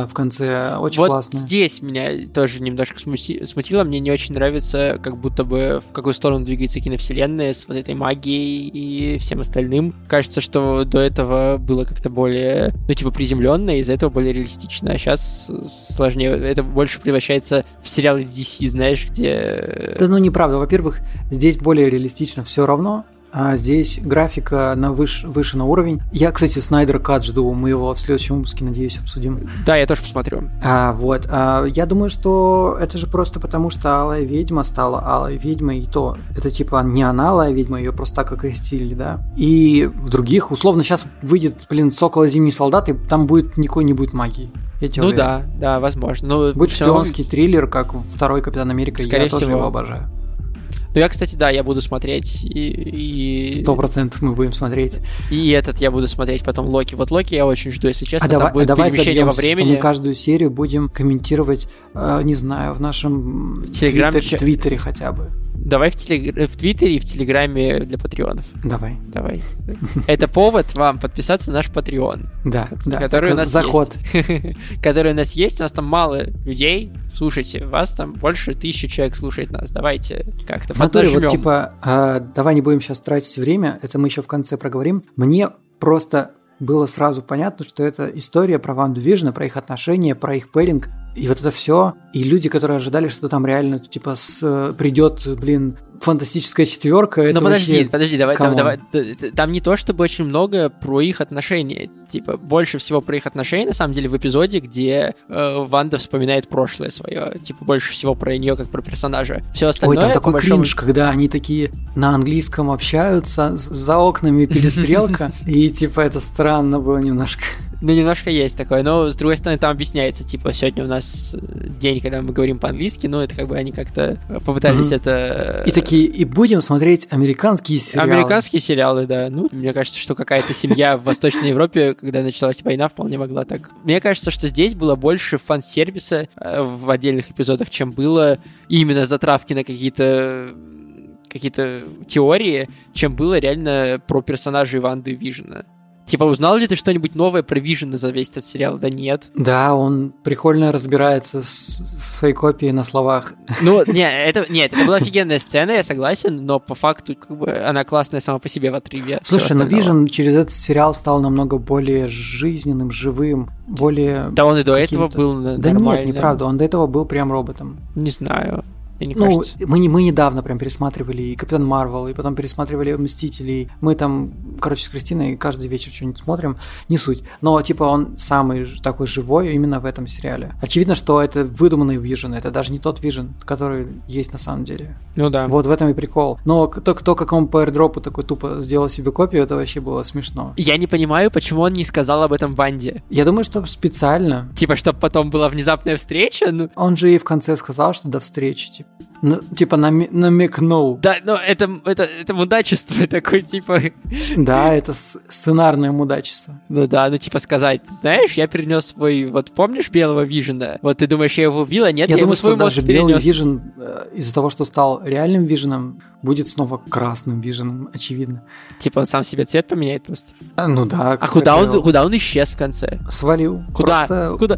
анимация очень вот классная. Вот здесь меня тоже немножко смути... смутило. Мне не очень нравится, как будто бы в какую сторону двигается киновселенная с вот этой магией и всем остальным. Кажется, что до этого было как-то более, ну, типа, приземленно, и из-за этого более реалистично. А сейчас сложнее. Это больше превращается в сериалы ди си, знаешь, где... Да ну неправда. Во-первых, здесь более реалистично все равно. А здесь графика на выш, выше на уровень. Я, кстати, Снайдер Кат жду, мы его в следующем выпуске, надеюсь, обсудим. Да, я тоже посмотрю. А, вот. А, я думаю, что это же просто потому, что Алая Ведьма стала Алой Ведьмой, и то это типа не она Алая Ведьма, ее просто так окрестили, да. И в других, условно, сейчас выйдет, блин, Сокол и Зимний Солдат, и там будет никакой не будет магии. Я ну уверен. да, да, возможно. Но будет шпионский равно... триллер, как второй Капитан Америка, Скорее я тоже всего. его обожаю. Ну, я, кстати, да, я буду смотреть и... Сто процентов мы будем смотреть. И этот я буду смотреть потом Локи. Вот Локи я очень жду, если честно. А там давай, будет а давай перемещение во времени. Что мы каждую серию будем комментировать, э, не знаю, в нашем в Телеграме, твиттер, твиттере хотя бы. Давай в, телег... в Твиттере и в Телеграме для патреонов. Давай. Давай. Это повод вам подписаться на наш Патреон. Да, да. Который у нас заход. есть. Который у нас есть. У нас там мало людей. Слушайте, вас там больше тысячи человек слушает нас. Давайте как-то поднажмем. Вот типа, э, давай не будем сейчас тратить время. Это мы еще в конце проговорим. Мне просто было сразу понятно, что это история про Ванду Вижн, про их отношения, про их пэринг. И вот это все. И люди, которые ожидали, что там реально, типа, с, придет, блин, фантастическая четверка. Ну подожди, вообще... подожди, давай, давай, давай. Там не то, чтобы очень много про их отношения. Типа, больше всего про их отношения, на самом деле, в эпизоде, где э, Ванда вспоминает прошлое свое. Типа, больше всего про нее, как про персонажа. Все остальное... Ой, там такой большому... кринж, когда они такие на английском общаются, за окнами перестрелка, и, типа, это странно было немножко. Ну, немножко есть такое, но, с другой стороны, там объясняется, типа, сегодня у нас день, когда мы говорим по-английски, но это как бы они как-то попытались mm-hmm. это... И такие, и будем смотреть американские сериалы. Американские сериалы, да. Ну, мне кажется, что какая-то семья в Восточной Европе, когда началась война, вполне могла так. Мне кажется, что здесь было больше фан-сервиса в отдельных эпизодах, чем было именно затравки на какие-то какие-то теории, чем было реально про персонажей Ванды и Вижена. Типа, узнал ли ты что-нибудь новое про Вижена за весь этот сериал? Да нет. Да, он прикольно разбирается с, с своей копией на словах. Ну, не, это, нет, это была офигенная сцена, я согласен, но по факту как бы она классная сама по себе в отрыве от Слушай, всего но Вижен через этот сериал стал намного более жизненным, живым, более... Да он и до этого был нормальным. Да нет, неправда, он до этого был прям роботом. Не знаю. Не ну, кажется. мы, мы недавно прям пересматривали и Капитан Марвел, и потом пересматривали Мстителей. Мы там, короче, с Кристиной каждый вечер что-нибудь смотрим, не суть. Но, типа, он самый такой живой именно в этом сериале. Очевидно, что это выдуманный Вижен, это даже не тот Вижен, который есть на самом деле. Ну да. Вот в этом и прикол. Но кто, кто какому по airdropу такой тупо сделал себе копию, это вообще было смешно. Я не понимаю, почему он не сказал об этом Ванде. Я думаю, что специально. Типа, чтобы потом была внезапная встреча? Ну... Он же и в конце сказал, что до встречи, типа. На, типа нами, намекнул. Да, но это, это, это мудачество такое, типа... Да, это сценарное мудачество. Ну да, ну типа сказать, знаешь, я перенес свой, вот помнишь белого Вижена? Вот ты думаешь, я его убила? Нет, я, я думаю, ему свой что мозг даже перенес. Белый Вижен из-за того, что стал реальным Виженом, будет снова красным Виженом, очевидно. Типа он сам себе цвет поменяет просто? А, ну да. А куда он, куда он исчез в конце? Свалил. Куда? Просто куда?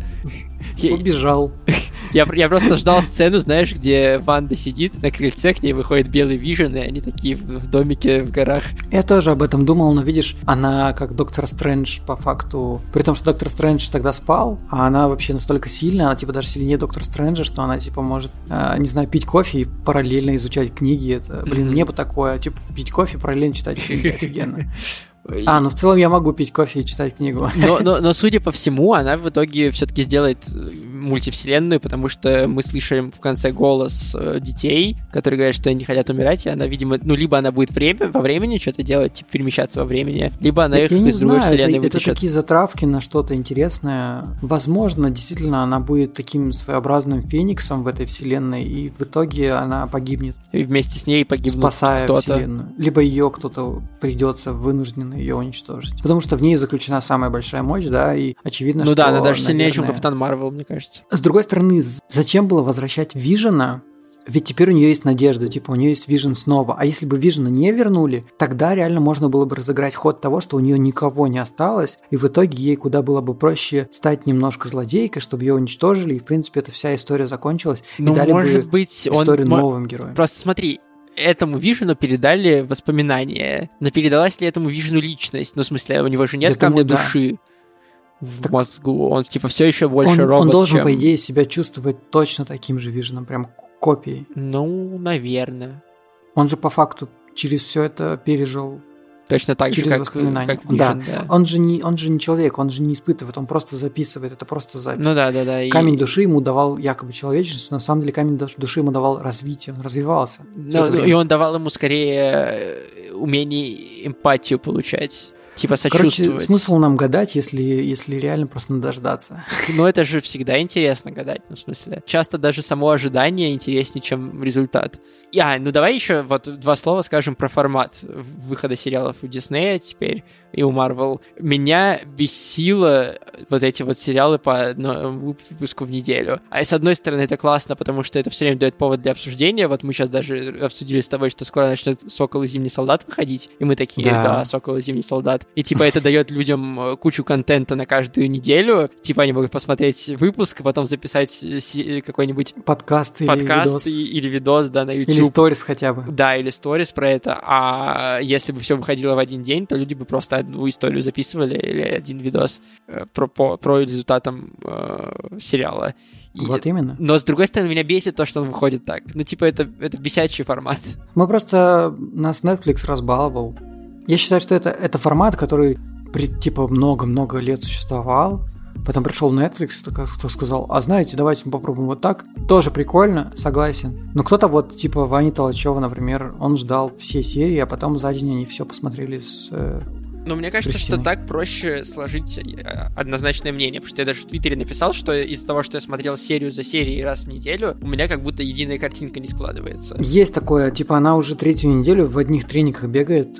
Убежал. Я, я просто ждал сцену, знаешь, где Ванда сидит на крыльце, к ней выходит белый Вижен, и они такие в домике в горах. Я тоже об этом думал, но видишь, она как Доктор Стрэндж по факту, при том, что Доктор Стрэндж тогда спал, а она вообще настолько сильная, она типа даже сильнее Доктора Стрэнджа, что она типа может, э, не знаю, пить кофе и параллельно изучать книги. Это, блин, mm-hmm. мне бы такое, типа пить кофе и параллельно читать книги, офигенно. А, ну в целом я могу пить кофе и читать книгу. Но, но, но судя по всему, она в итоге все-таки сделает мультивселенную, потому что мы слышим в конце голос детей, которые говорят, что они хотят умирать, и она, видимо, ну, либо она будет время, во времени что-то делать, типа перемещаться во времени, либо она я их из другой знаю, вселенной это, вытащит. Это такие затравки на что-то интересное. Возможно, действительно, она будет таким своеобразным фениксом в этой вселенной, и в итоге она погибнет. И вместе с ней погибнет спасая кто-то. вселенную. Либо ее кто-то придется вынужденно ее уничтожить. Потому что в ней заключена самая большая мощь, да, и очевидно, ну что... Ну да, она даже сильнее, наверное... чем Капитан Марвел, мне кажется. С другой стороны, зачем было возвращать Вижена, Ведь теперь у нее есть надежда, типа у нее есть Вижн снова. А если бы Вижна не вернули, тогда реально можно было бы разыграть ход того, что у нее никого не осталось, и в итоге ей куда было бы проще стать немножко злодейкой, чтобы ее уничтожили, и в принципе эта вся история закончилась, ну, и дали может бы быть, историю он... новым героям. Просто смотри, этому Вижну передали воспоминания, но передалась ли этому Вижну личность? Ну, в смысле, у него же нет Я камня думаю, да. души в Так мозгу, он типа все еще больше он, робот, он должен, чем... по идее, себя чувствовать точно таким же Вижном, прям копией. Ну, наверное. Он же по факту через все это пережил. Точно так через же, как, воспоминания. как Vision, да. да. Он же, не, он же не человек, он же не испытывает, он просто записывает, это просто запись. Ну да, да, да. Камень и... души ему давал якобы человечность, но на самом деле камень души ему давал развитие, он развивался. Но, и он давал ему скорее умение эмпатию получать. Типа сочувствовать. Короче, смысл нам гадать, если, если реально просто надо дождаться. Ну, это же всегда интересно гадать, ну, в смысле. Часто даже само ожидание интереснее, чем результат. И, а, ну давай еще вот два слова скажем про формат выхода сериалов у Диснея теперь и у Marvel. Меня бесило вот эти вот сериалы по одному выпуску в неделю. А с одной стороны, это классно, потому что это все время дает повод для обсуждения. Вот мы сейчас даже обсудили с тобой, что скоро начнет «Сокол и Зимний солдат» выходить, и мы такие, да, да «Сокол и Зимний солдат». И типа это дает людям кучу контента на каждую неделю. Типа они могут посмотреть выпуск, потом записать какой-нибудь подкаст, подкаст или, или, или видос, да, на YouTube. Или сторис хотя бы. Да, или сторис про это. А если бы все выходило в один день, то люди бы просто одну историю записывали или один видос про, по, про результатам э, сериала. И, вот именно. Но, с другой стороны, меня бесит то, что он выходит так. Ну, типа, это, это бесячий формат. Мы просто... Нас Netflix разбаловал. Я считаю, что это, это формат, который при, типа много-много лет существовал. Потом пришел Netflix, кто сказал, а знаете, давайте мы попробуем вот так. Тоже прикольно, согласен. Но кто-то вот, типа Ваня Толачева, например, он ждал все серии, а потом за день они все посмотрели с... Но мне кажется, что так проще сложить однозначное мнение, потому что я даже в Твиттере написал, что из-за того, что я смотрел серию за серией раз в неделю, у меня как будто единая картинка не складывается. Есть такое, типа она уже третью неделю в одних трениках бегает,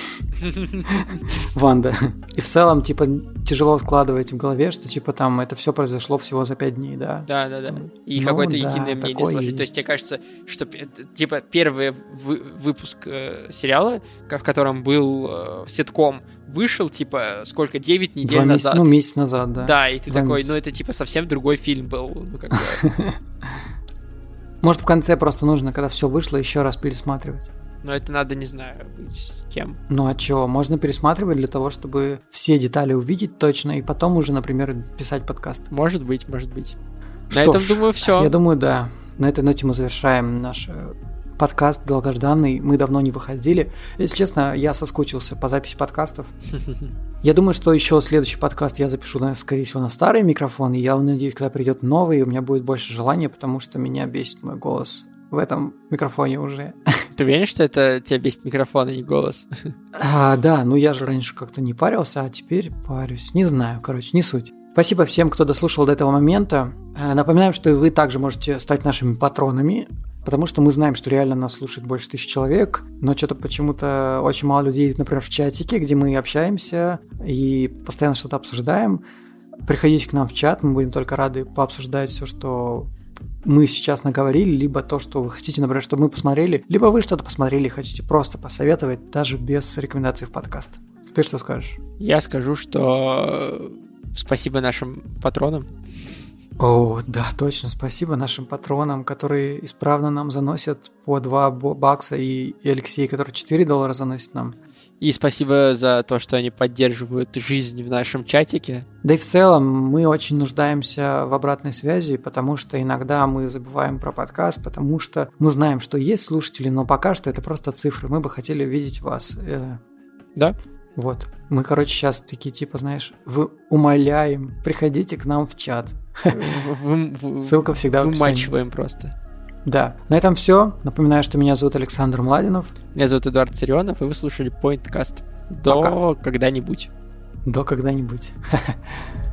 Ванда. И в целом, типа, тяжело складывать в голове, что, типа, там это все произошло всего за пять дней, да? Да, да, да. И ну, какое-то да, единое мнение сложить. Есть. То есть, тебе кажется, что, типа, первый вы- выпуск э, сериала, в котором был э, ситком, вышел, типа, сколько, девять недель Два назад. Месяца, ну, месяц назад, да. Да, и ты Два такой, месяца. ну, это, типа, совсем другой фильм был. Ну, как бы... Может, в конце просто нужно, когда все вышло, еще раз пересматривать. Но это надо, не знаю, быть кем. Ну а чего? Можно пересматривать для того, чтобы все детали увидеть точно, и потом уже, например, писать подкаст. Может быть, может быть. Что На этом, ж, думаю, все. Я думаю, да. На этой ноте мы завершаем наш подкаст долгожданный. Мы давно не выходили. Если честно, я соскучился по записи подкастов. Я думаю, что еще следующий подкаст я запишу, скорее всего, на старый микрофон. И я надеюсь, когда придет новый, у меня будет больше желания, потому что меня бесит мой голос в этом микрофоне уже. Ты уверен, что это тебя бесит микрофон, а не голос? А, да, ну я же раньше как-то не парился, а теперь парюсь. Не знаю, короче, не суть. Спасибо всем, кто дослушал до этого момента. Напоминаем, что вы также можете стать нашими патронами, потому что мы знаем, что реально нас слушает больше тысячи человек, но что-то почему-то очень мало людей, например, в чатике, где мы общаемся и постоянно что-то обсуждаем. Приходите к нам в чат, мы будем только рады пообсуждать все, что мы сейчас наговорили, либо то, что вы хотите, например, чтобы мы посмотрели, либо вы что-то посмотрели и хотите просто посоветовать, даже без рекомендаций в подкаст. Ты что скажешь? Я скажу, что спасибо нашим патронам. О, да, точно, спасибо нашим патронам, которые исправно нам заносят по два бакса, и, и Алексей, который четыре доллара заносит нам. И спасибо за то, что они поддерживают жизнь в нашем чатике. Да и в целом мы очень нуждаемся в обратной связи, потому что иногда мы забываем про подкаст, потому что мы знаем, что есть слушатели, но пока что это просто цифры. Мы бы хотели видеть вас. Да? Вот. Мы, короче, сейчас такие, типа, знаешь, вы умоляем, приходите к нам в чат. Ссылка всегда в описании. Вымачиваем просто. Да. На этом все. Напоминаю, что меня зовут Александр Младинов. Меня зовут Эдуард Царионов, и вы слушали Pointcast. До Пока. когда-нибудь. До когда-нибудь.